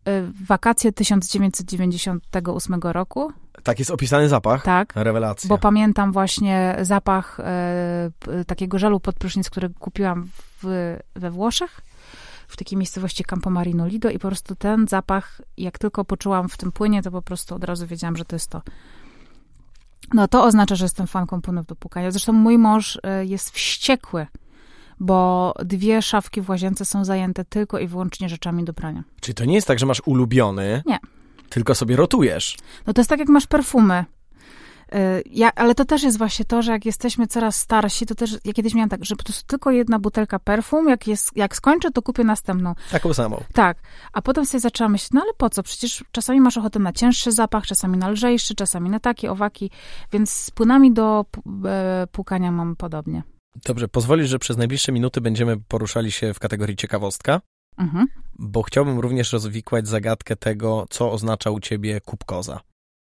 wakacje tysiąc dziewięćset dziewięćdziesiątego ósmego roku. Tak jest opisany zapach? Tak. Rewelacja. Bo pamiętam właśnie zapach e, takiego żelu pod prysznic, który kupiłam w, we Włoszech, w takiej miejscowości Campomarino Lido i po prostu ten zapach, jak tylko poczułam w tym płynie, to po prostu od razu wiedziałam, że to jest to. No to oznacza, że jestem fanką płynów do płukania. Zresztą mój mąż e, jest wściekły, bo dwie szafki w łazience są zajęte tylko i wyłącznie rzeczami do prania. Czyli to nie jest tak, że masz ulubiony, nie, tylko sobie rotujesz. No to jest tak, jak masz perfumy. Ja, ale to też jest właśnie to, że jak jesteśmy coraz starsi, to też, ja kiedyś miałam tak, że po prostu tylko jedna butelka perfum, jak, jest, jak skończę, to kupię następną. Taką samą. Tak, a potem sobie zaczęłam myśleć, no ale po co? Przecież czasami masz ochotę na cięższy zapach, czasami na lżejszy, czasami na taki, owaki, więc z płynami do e, płukania mam podobnie. Dobrze, pozwolisz, że przez najbliższe minuty będziemy poruszali się w kategorii ciekawostka, mhm. bo chciałbym również rozwikłać zagadkę tego, co oznacza u ciebie kubkoza.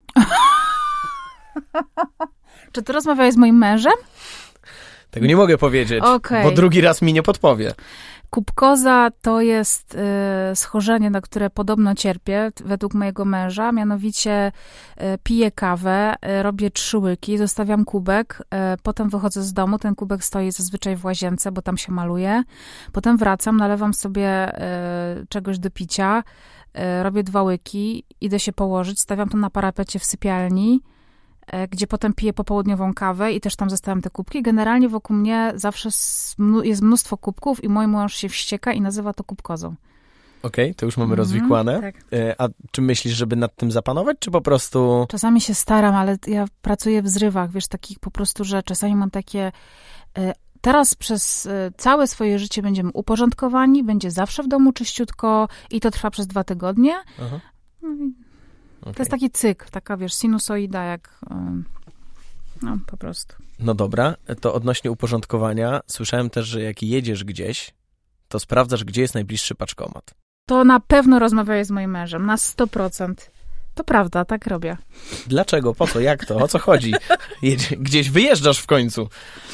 Czy ty rozmawiałeś z moim mężem? Tego nie mogę powiedzieć, okay. bo drugi raz mi nie podpowie. Kubkoza to jest y, schorzenie, na które podobno cierpię, według mojego męża. Mianowicie y, piję kawę, y, robię trzy łyki, zostawiam kubek, y, potem wychodzę z domu, ten kubek stoi zazwyczaj w łazience, bo tam się maluje. Potem wracam, nalewam sobie y, czegoś do picia, y, robię dwa łyki, idę się położyć, stawiam to na parapecie w sypialni, gdzie potem piję popołudniową kawę i też tam zostawiam te kubki. Generalnie wokół mnie zawsze jest mnóstwo kubków i mój mąż się wścieka i nazywa to kubkozą. Okej, okay, to już mamy mm-hmm, rozwikłane. Tak. A czy myślisz, żeby nad tym zapanować, czy po prostu... Czasami się staram, ale ja pracuję w zrywach, wiesz, takich po prostu, że czasami mam takie... Teraz przez całe swoje życie będziemy uporządkowani, będzie zawsze w domu czyściutko i to trwa przez dwa tygodnie. Aha. Okay. To jest taki cykl, taka, wiesz, sinusoida, jak no, po prostu. No dobra, to odnośnie uporządkowania, słyszałem też, że jak jedziesz gdzieś, to sprawdzasz, gdzie jest najbliższy paczkomat. To na pewno rozmawiałeś z moim mężem, na sto procent. To prawda, tak robię. Dlaczego? Po co? Jak to? O co chodzi? Jedzie, gdzieś wyjeżdżasz w końcu.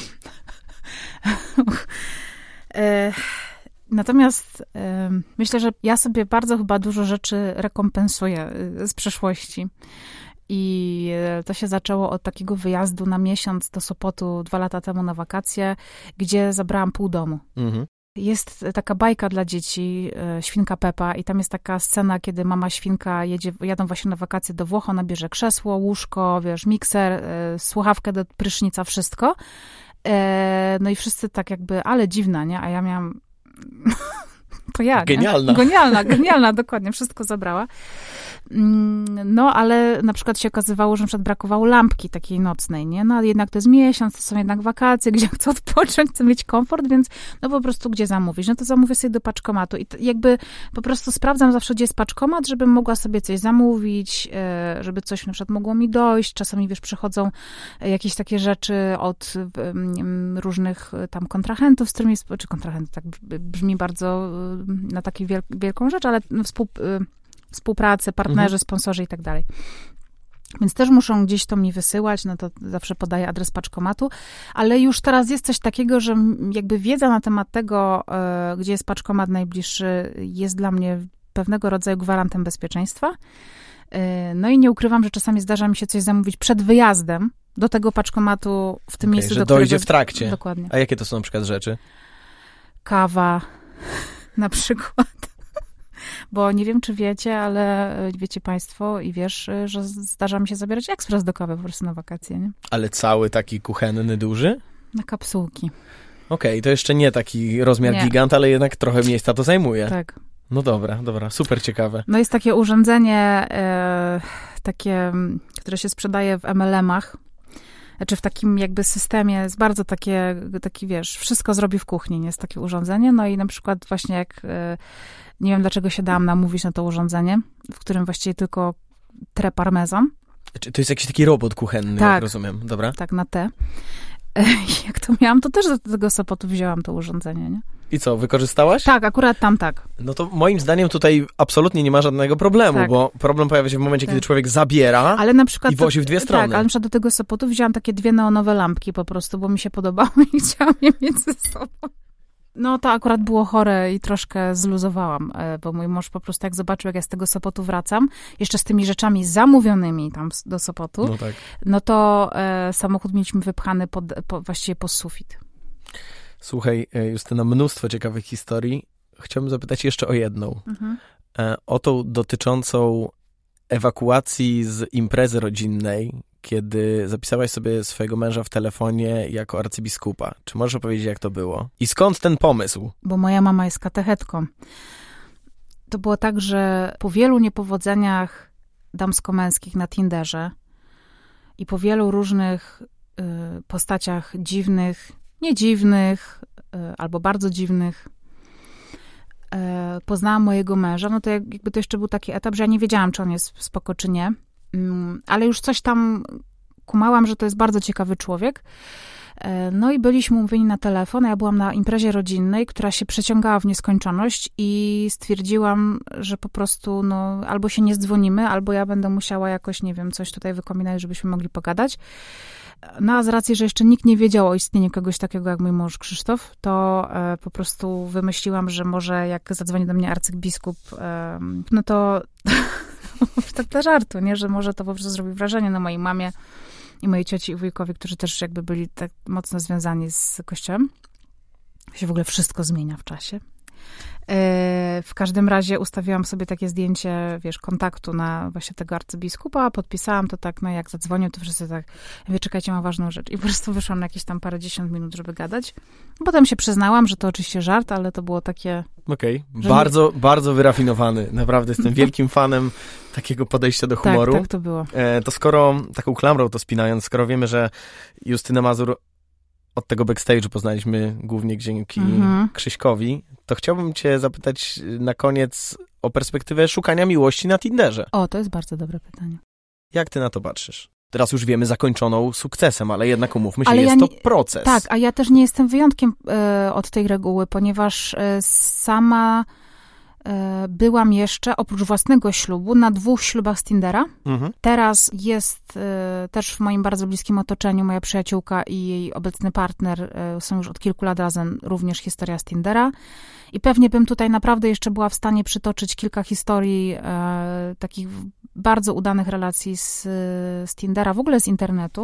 e- Natomiast y, myślę, że ja sobie bardzo chyba dużo rzeczy rekompensuję y, z przeszłości. I y, to się zaczęło od takiego wyjazdu na miesiąc do Sopotu dwa lata temu na wakacje, gdzie zabrałam pół domu. Mhm. Jest taka bajka dla dzieci, y, Świnka Pepa, i tam jest taka scena, kiedy mama świnka jedzie, jadą właśnie na wakacje do Włoch, ona bierze krzesło, łóżko, wiesz, mikser, y, słuchawkę do prysznica, wszystko. Y, no i wszyscy tak jakby, ale dziwna, nie? A ja miałam... To ja, Genialna. Nie? Genialna, genialna, dokładnie, wszystko zabrała. No, ale na przykład się okazywało, że na przykład brakowało lampki takiej nocnej, nie? No, ale jednak to jest miesiąc, to są jednak wakacje, gdzie chcę odpocząć, chcę mieć komfort, więc no po prostu gdzie zamówić? No to zamówię sobie do paczkomatu i jakby po prostu sprawdzam zawsze, gdzie jest paczkomat, żebym mogła sobie coś zamówić, żeby coś na przykład mogło mi dojść. Czasami, wiesz, przychodzą jakieś takie rzeczy od różnych tam kontrahentów, z którymi, czy kontrahentów, tak brzmi bardzo na taką wielką rzecz, ale współ współpracę, partnerzy, mhm. sponsorzy i tak dalej. Więc też muszą gdzieś to mi wysyłać, no to zawsze podaję adres paczkomatu, ale już teraz jest coś takiego, że jakby wiedza na temat tego, y, gdzie jest paczkomat najbliższy, jest dla mnie pewnego rodzaju gwarantem bezpieczeństwa. Y, no i nie ukrywam, że czasami zdarza mi się coś zamówić przed wyjazdem do tego paczkomatu w tym okay, miejscu, że do dojdzie którego... w trakcie. Dokładnie. A jakie to są na przykład rzeczy? Kawa na przykład. Bo nie wiem, czy wiecie, ale wiecie państwo i wiesz, że zdarza mi się zabierać ekspres do kawy po prostu na wakacje, nie? Ale cały taki kuchenny, duży? Na kapsułki. Okej, okay, to jeszcze nie taki rozmiar nie. gigant, ale jednak trochę miejsca to zajmuje. Tak. No dobra, dobra, super ciekawe. No jest takie urządzenie, e, takie, które się sprzedaje w em el emach, czy w takim jakby systemie, jest bardzo takie, taki wiesz, wszystko zrobi w kuchni, nie? Jest takie urządzenie, no i na przykład właśnie jak... E, nie wiem, dlaczego się dałam namówić na to urządzenie, w którym właściwie tylko tre parmezan. To jest jakiś taki robot kuchenny, tak, jak rozumiem, dobra? Tak, na te. Jak to miałam, to też do tego Sopotu wzięłam to urządzenie, nie? I co, wykorzystałaś? Tak, akurat tam tak. No to moim zdaniem tutaj absolutnie nie ma żadnego problemu, tak. bo problem pojawia się w momencie, tak. kiedy człowiek zabiera ale na przykład i wozi w dwie strony. Tak, ale na przykład do tego Sopotu wzięłam takie dwie neonowe lampki po prostu, bo mi się podobały i chciałam je mieć ze sobą. No to akurat było chore i troszkę zluzowałam, bo mój mąż po prostu jak zobaczył, jak ja z tego Sopotu wracam, jeszcze z tymi rzeczami zamówionymi tam do Sopotu, no, tak. no to e, samochód mieliśmy wypchany pod, po, właściwie pod sufit. Słuchaj, Justyna, mnóstwo ciekawych historii. Chciałbym zapytać jeszcze o jedną. Mhm. E, o tą dotyczącą ewakuacji z imprezy rodzinnej, kiedy zapisałaś sobie swojego męża w telefonie jako arcybiskupa. Czy możesz opowiedzieć, jak to było? I skąd ten pomysł? Bo moja mama jest katechetką. To było tak, że po wielu niepowodzeniach damsko-męskich na Tinderze i po wielu różnych y, postaciach dziwnych, nie dziwnych, y, albo bardzo dziwnych, y, poznałam mojego męża, no to jakby to jeszcze był taki etap, że ja nie wiedziałam, czy on jest spoko, czy nie. Ale już coś tam kumałam, że to jest bardzo ciekawy człowiek. No i byliśmy umówieni na telefon, ja byłam na imprezie rodzinnej, która się przeciągała w nieskończoność i stwierdziłam, że po prostu no, albo się nie zdzwonimy, albo ja będę musiała jakoś, nie wiem, coś tutaj wykombinować, żebyśmy mogli pogadać. No a z racji, że jeszcze nikt nie wiedział o istnieniu kogoś takiego jak mój mąż Krzysztof, to e, po prostu wymyśliłam, że może jak zadzwoni do mnie arcybiskup, e, no to tak dla żartu, nie? Że może to po prostu zrobi wrażenie na mojej mamie i mojej cioci i wujkowi, którzy też jakby byli tak mocno związani z Kościołem. Się w ogóle wszystko zmienia w czasie. W każdym razie ustawiłam sobie takie zdjęcie, wiesz, kontaktu na właśnie tego arcybiskupa, podpisałam to tak, no jak zadzwonił, to wszyscy tak, ja mówię, czekajcie, mam ważną rzecz. I po prostu wyszłam na jakieś tam parę dziesiąt minut, żeby gadać. Potem się przyznałam, że to oczywiście żart, ale to było takie... Okej, okay. bardzo, nie... bardzo wyrafinowany. Naprawdę jestem wielkim fanem takiego podejścia do humoru. Tak, tak to było. E, to skoro, taką klamrą to spinając, skoro wiemy, że Justyna Mazur od tego backstage'u poznaliśmy głównie dzięki mhm. Krzyśkowi, to chciałbym cię zapytać na koniec o perspektywę szukania miłości na Tinderze. O, to jest bardzo dobre pytanie. Jak ty na to patrzysz? Teraz już wiemy zakończoną sukcesem, ale jednak umówmy się, ale jest ja to nie, proces. Tak, a ja też nie jestem wyjątkiem e, od tej reguły, ponieważ e, sama e, byłam jeszcze, oprócz własnego ślubu, na dwóch ślubach z Tindera. Mhm. Teraz jest e, też w moim bardzo bliskim otoczeniu moja przyjaciółka i jej obecny partner e, są już od kilku lat razem, również historia z Tindera. I pewnie bym tutaj naprawdę jeszcze była w stanie przytoczyć kilka historii e, takich bardzo udanych relacji z, z Tindera, w ogóle z internetu.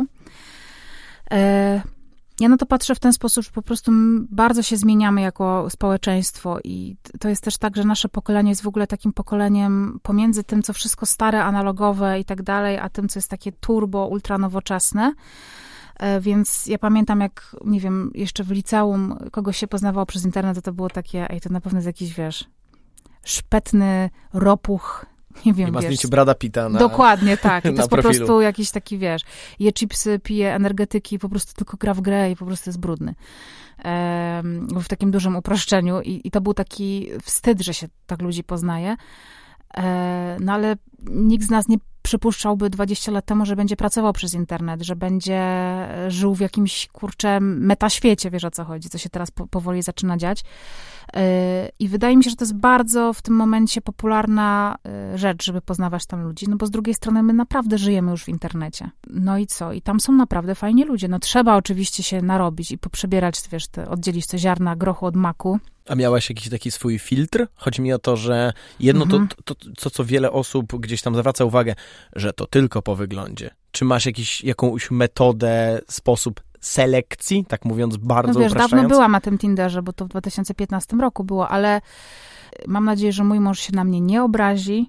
E, ja na to patrzę w ten sposób, że po prostu bardzo się zmieniamy jako społeczeństwo i to jest też tak, że nasze pokolenie jest w ogóle takim pokoleniem pomiędzy tym, co wszystko stare, analogowe i tak dalej, a tym, co jest takie turbo, ultra nowoczesne. Więc ja pamiętam, jak, nie wiem, jeszcze w liceum kogoś się poznawało przez internet, to to było takie, ej, to na pewno jest jakiś, wiesz, szpetny ropuch, nie wiem, I ma wiesz. zdjęcie Brada Pitta na Dokładnie, tak. I to jest profilu. Po prostu jakiś taki, wiesz, je chipsy, pije energetyki, po prostu tylko gra w grę i po prostu jest brudny. Ehm, w takim dużym uproszczeniu. I, I to był taki wstyd, że się tak ludzi poznaje. Ehm, no ale nikt z nas nie przypuszczałby dwadzieścia lat temu, że będzie pracował przez internet, że będzie żył w jakimś, kurczę, metaświecie, wiesz o co chodzi, co się teraz po, powoli zaczyna dziać. I wydaje mi się, że to jest bardzo w tym momencie popularna rzecz, żeby poznawać tam ludzi, no bo z drugiej strony my naprawdę żyjemy już w internecie. No i co? I tam są naprawdę fajni ludzie. No trzeba oczywiście się narobić i poprzebierać, wiesz, te, oddzielić te ziarna grochu od maku. A miałaś jakiś taki swój filtr? Chodzi mi o to, że jedno mhm. to, to, to, co wiele osób gdzieś tam zwraca uwagę, że to tylko po wyglądzie. Czy masz jakiś, jakąś metodę, sposób selekcji, tak mówiąc bardzo no wiesz, upraszczając? Dawno byłam na tym Tinderze, bo to w dwa tysiące piętnastym roku było, ale mam nadzieję, że mój mąż się na mnie nie obrazi,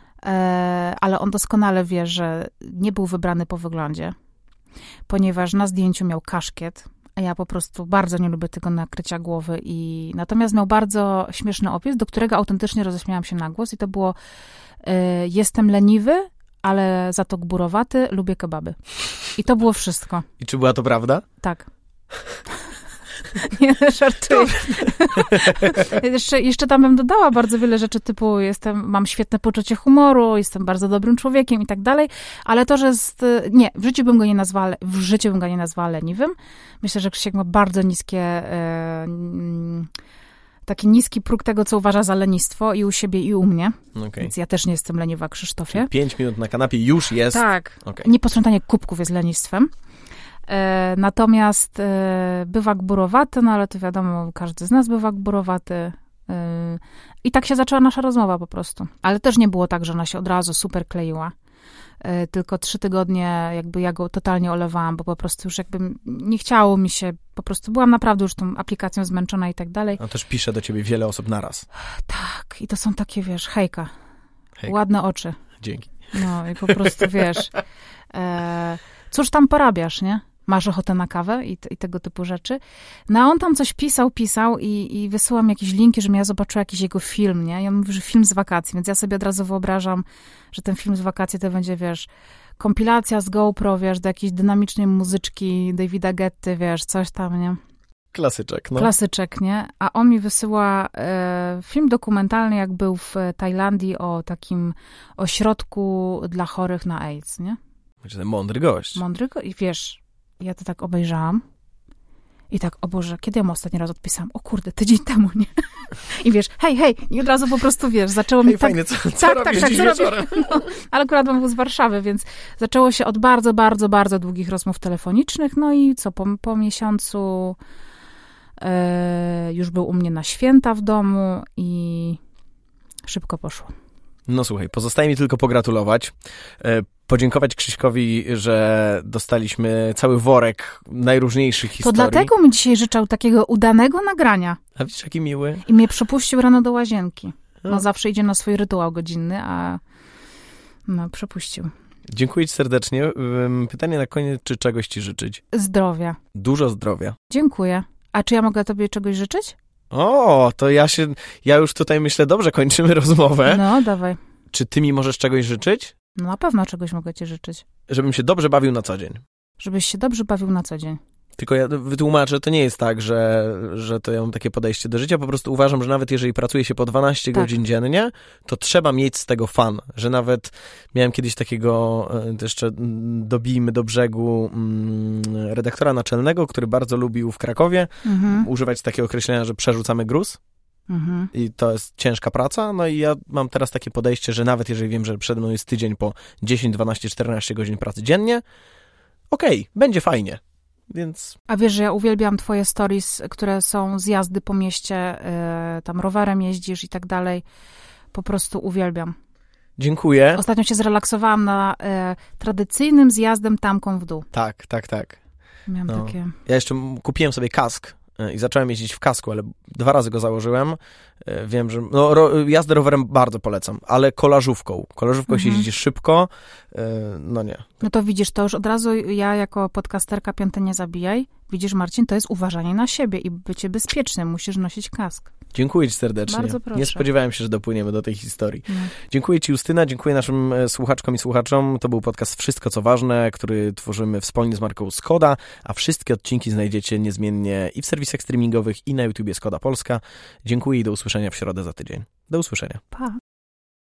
ale on doskonale wie, że nie był wybrany po wyglądzie, ponieważ na zdjęciu miał kaszkiet, a ja po prostu bardzo nie lubię tego nakrycia głowy. I natomiast miał bardzo śmieszny opis, do którego autentycznie roześmiałam się na głos i to było y, jestem leniwy, ale za to gburowaty, lubię kebaby. I to było wszystko. I czy była to prawda? Tak. Nie, żartuję. jeszcze, jeszcze tam bym dodała bardzo wiele rzeczy typu jestem, mam świetne poczucie humoru, jestem bardzo dobrym człowiekiem i tak dalej, ale to, że jest, nie, w życiu bym go nie nazwała, w życiu bym go nie nazwała leniwym. Myślę, że Krzysiek ma bardzo niskie e, taki niski próg tego, co uważa za lenistwo i u siebie, i u mnie. Okay. Więc ja też nie jestem leniwa, Krzysztofie. Czyli pięć minut na kanapie już jest. Tak. Okay. Nieposprzątanie kubków jest lenistwem. E, natomiast e, bywak burowaty, no ale to wiadomo, każdy z nas bywak burowaty. E, I tak się zaczęła nasza rozmowa po prostu. Ale też nie było tak, że ona się od razu super kleiła. E, tylko trzy tygodnie jakby ja go totalnie olewałam, bo po prostu już jakby nie chciało mi się, po prostu byłam naprawdę już tą aplikacją zmęczona i tak dalej. A też pisze do ciebie wiele osób naraz. Tak, i to są takie, wiesz, hejka. Hejka. Ładne oczy. Dzięki. No i po prostu, wiesz, e, cóż tam porabiasz, nie? Masz ochotę na kawę i, i tego typu rzeczy. No a on tam coś pisał, pisał i, i wysyłał mi jakieś linki, żebym ja zobaczyła jakiś jego film, nie? I on mówi, że film z wakacji, więc ja sobie od razu wyobrażam, że ten film z wakacji to będzie, wiesz, kompilacja z GoPro, wiesz, do jakiejś dynamicznej muzyczki Davida Getty, wiesz, coś tam, nie? Klasyczek, no. Klasyczek, nie? A on mi wysyła e, film dokumentalny, jak był w Tajlandii o takim ośrodku dla chorych na AIDS, nie? Znaczy, ten mądry gość. Mądry go i wiesz, ja to tak obejrzałam i tak, o Boże, kiedy ja mu ostatni raz odpisałam? O kurde, tydzień temu, nie? I wiesz, hej, hej, i od razu po prostu, wiesz, zaczęło mi hej, tak... fajnie, co, co tak, robisz tak, dziś tak, co wieczorem? robię? No, ale akurat on był z Warszawy, więc zaczęło się od bardzo, bardzo, bardzo długich rozmów telefonicznych, no i co, po, po miesiącu e, już był u mnie na święta w domu i szybko poszło. No słuchaj, pozostaje mi tylko pogratulować, e, podziękować Krzyśkowi, że dostaliśmy cały worek najróżniejszych historii. To dlatego mi dzisiaj życzał takiego udanego nagrania. A widzisz, jaki miły. I mnie przepuścił rano do łazienki. No No. zawsze idzie na swój rytuał godzinny, a no przepuścił. Dziękuję ci serdecznie. Ym, Pytanie na koniec, czy czegoś ci życzyć? Zdrowia. Dużo zdrowia. Dziękuję. A czy ja mogę tobie czegoś życzyć? O, to ja się, ja już tutaj myślę, dobrze, kończymy rozmowę. No, dawaj. Czy ty mi możesz czegoś życzyć? No na pewno czegoś mogę ci życzyć. Żebym się dobrze bawił na co dzień. Żebyś się dobrze bawił na co dzień. Tylko ja wytłumaczę, to nie jest tak, że, że to ja mam takie podejście do życia. Po prostu uważam, że nawet jeżeli pracuje się po dwanaście Tak. godzin dziennie, to trzeba mieć z tego fan. Że nawet miałem kiedyś takiego, e, to jeszcze mm, dobijmy do brzegu, mm, redaktora naczelnego, który bardzo lubił w Krakowie Mhm. używać takiego określenia, że przerzucamy gruz. Mhm. I to jest ciężka praca. No i ja mam teraz takie podejście, że nawet jeżeli wiem, że przede mną jest tydzień po dziesięć, dwanaście, czternaście godzin pracy dziennie, okej, będzie fajnie. Więc A wiesz, że ja uwielbiam twoje stories, które są z jazdy po mieście, y, tam rowerem jeździsz i tak dalej. Po prostu uwielbiam. dziękuję. Ostatnio się zrelaksowałam na y, tradycyjnym zjazdem tamką w dół. Tak, tak, tak. Miałam No. takie... Ja jeszcze m- kupiłem sobie kask y, i zacząłem jeździć w kasku, ale dwa razy go założyłem. Y, Wiem, że no, ro, jazdę rowerem bardzo polecam, ale kolażówką. Kolażówką Mhm. się jeździ szybko. y, No nie. No to widzisz, to już od razu ja jako podcasterka Piąte nie zabijaj. Widzisz, Marcin, to jest uważanie na siebie i bycie bezpiecznym. Musisz nosić kask. Dziękuję ci serdecznie. Bardzo proszę. Nie spodziewałem się, że dopłyniemy do tej historii. No. Dziękuję ci, Justyna, dziękuję naszym e, słuchaczkom i słuchaczom. To był podcast Wszystko co ważne, który tworzymy wspólnie z marką Skoda, a wszystkie odcinki znajdziecie niezmiennie i w serwisach streamingowych, i na YouTubie Skoda Polska. Dziękuję i do usłyszenia w środę za tydzień. Do usłyszenia. Pa.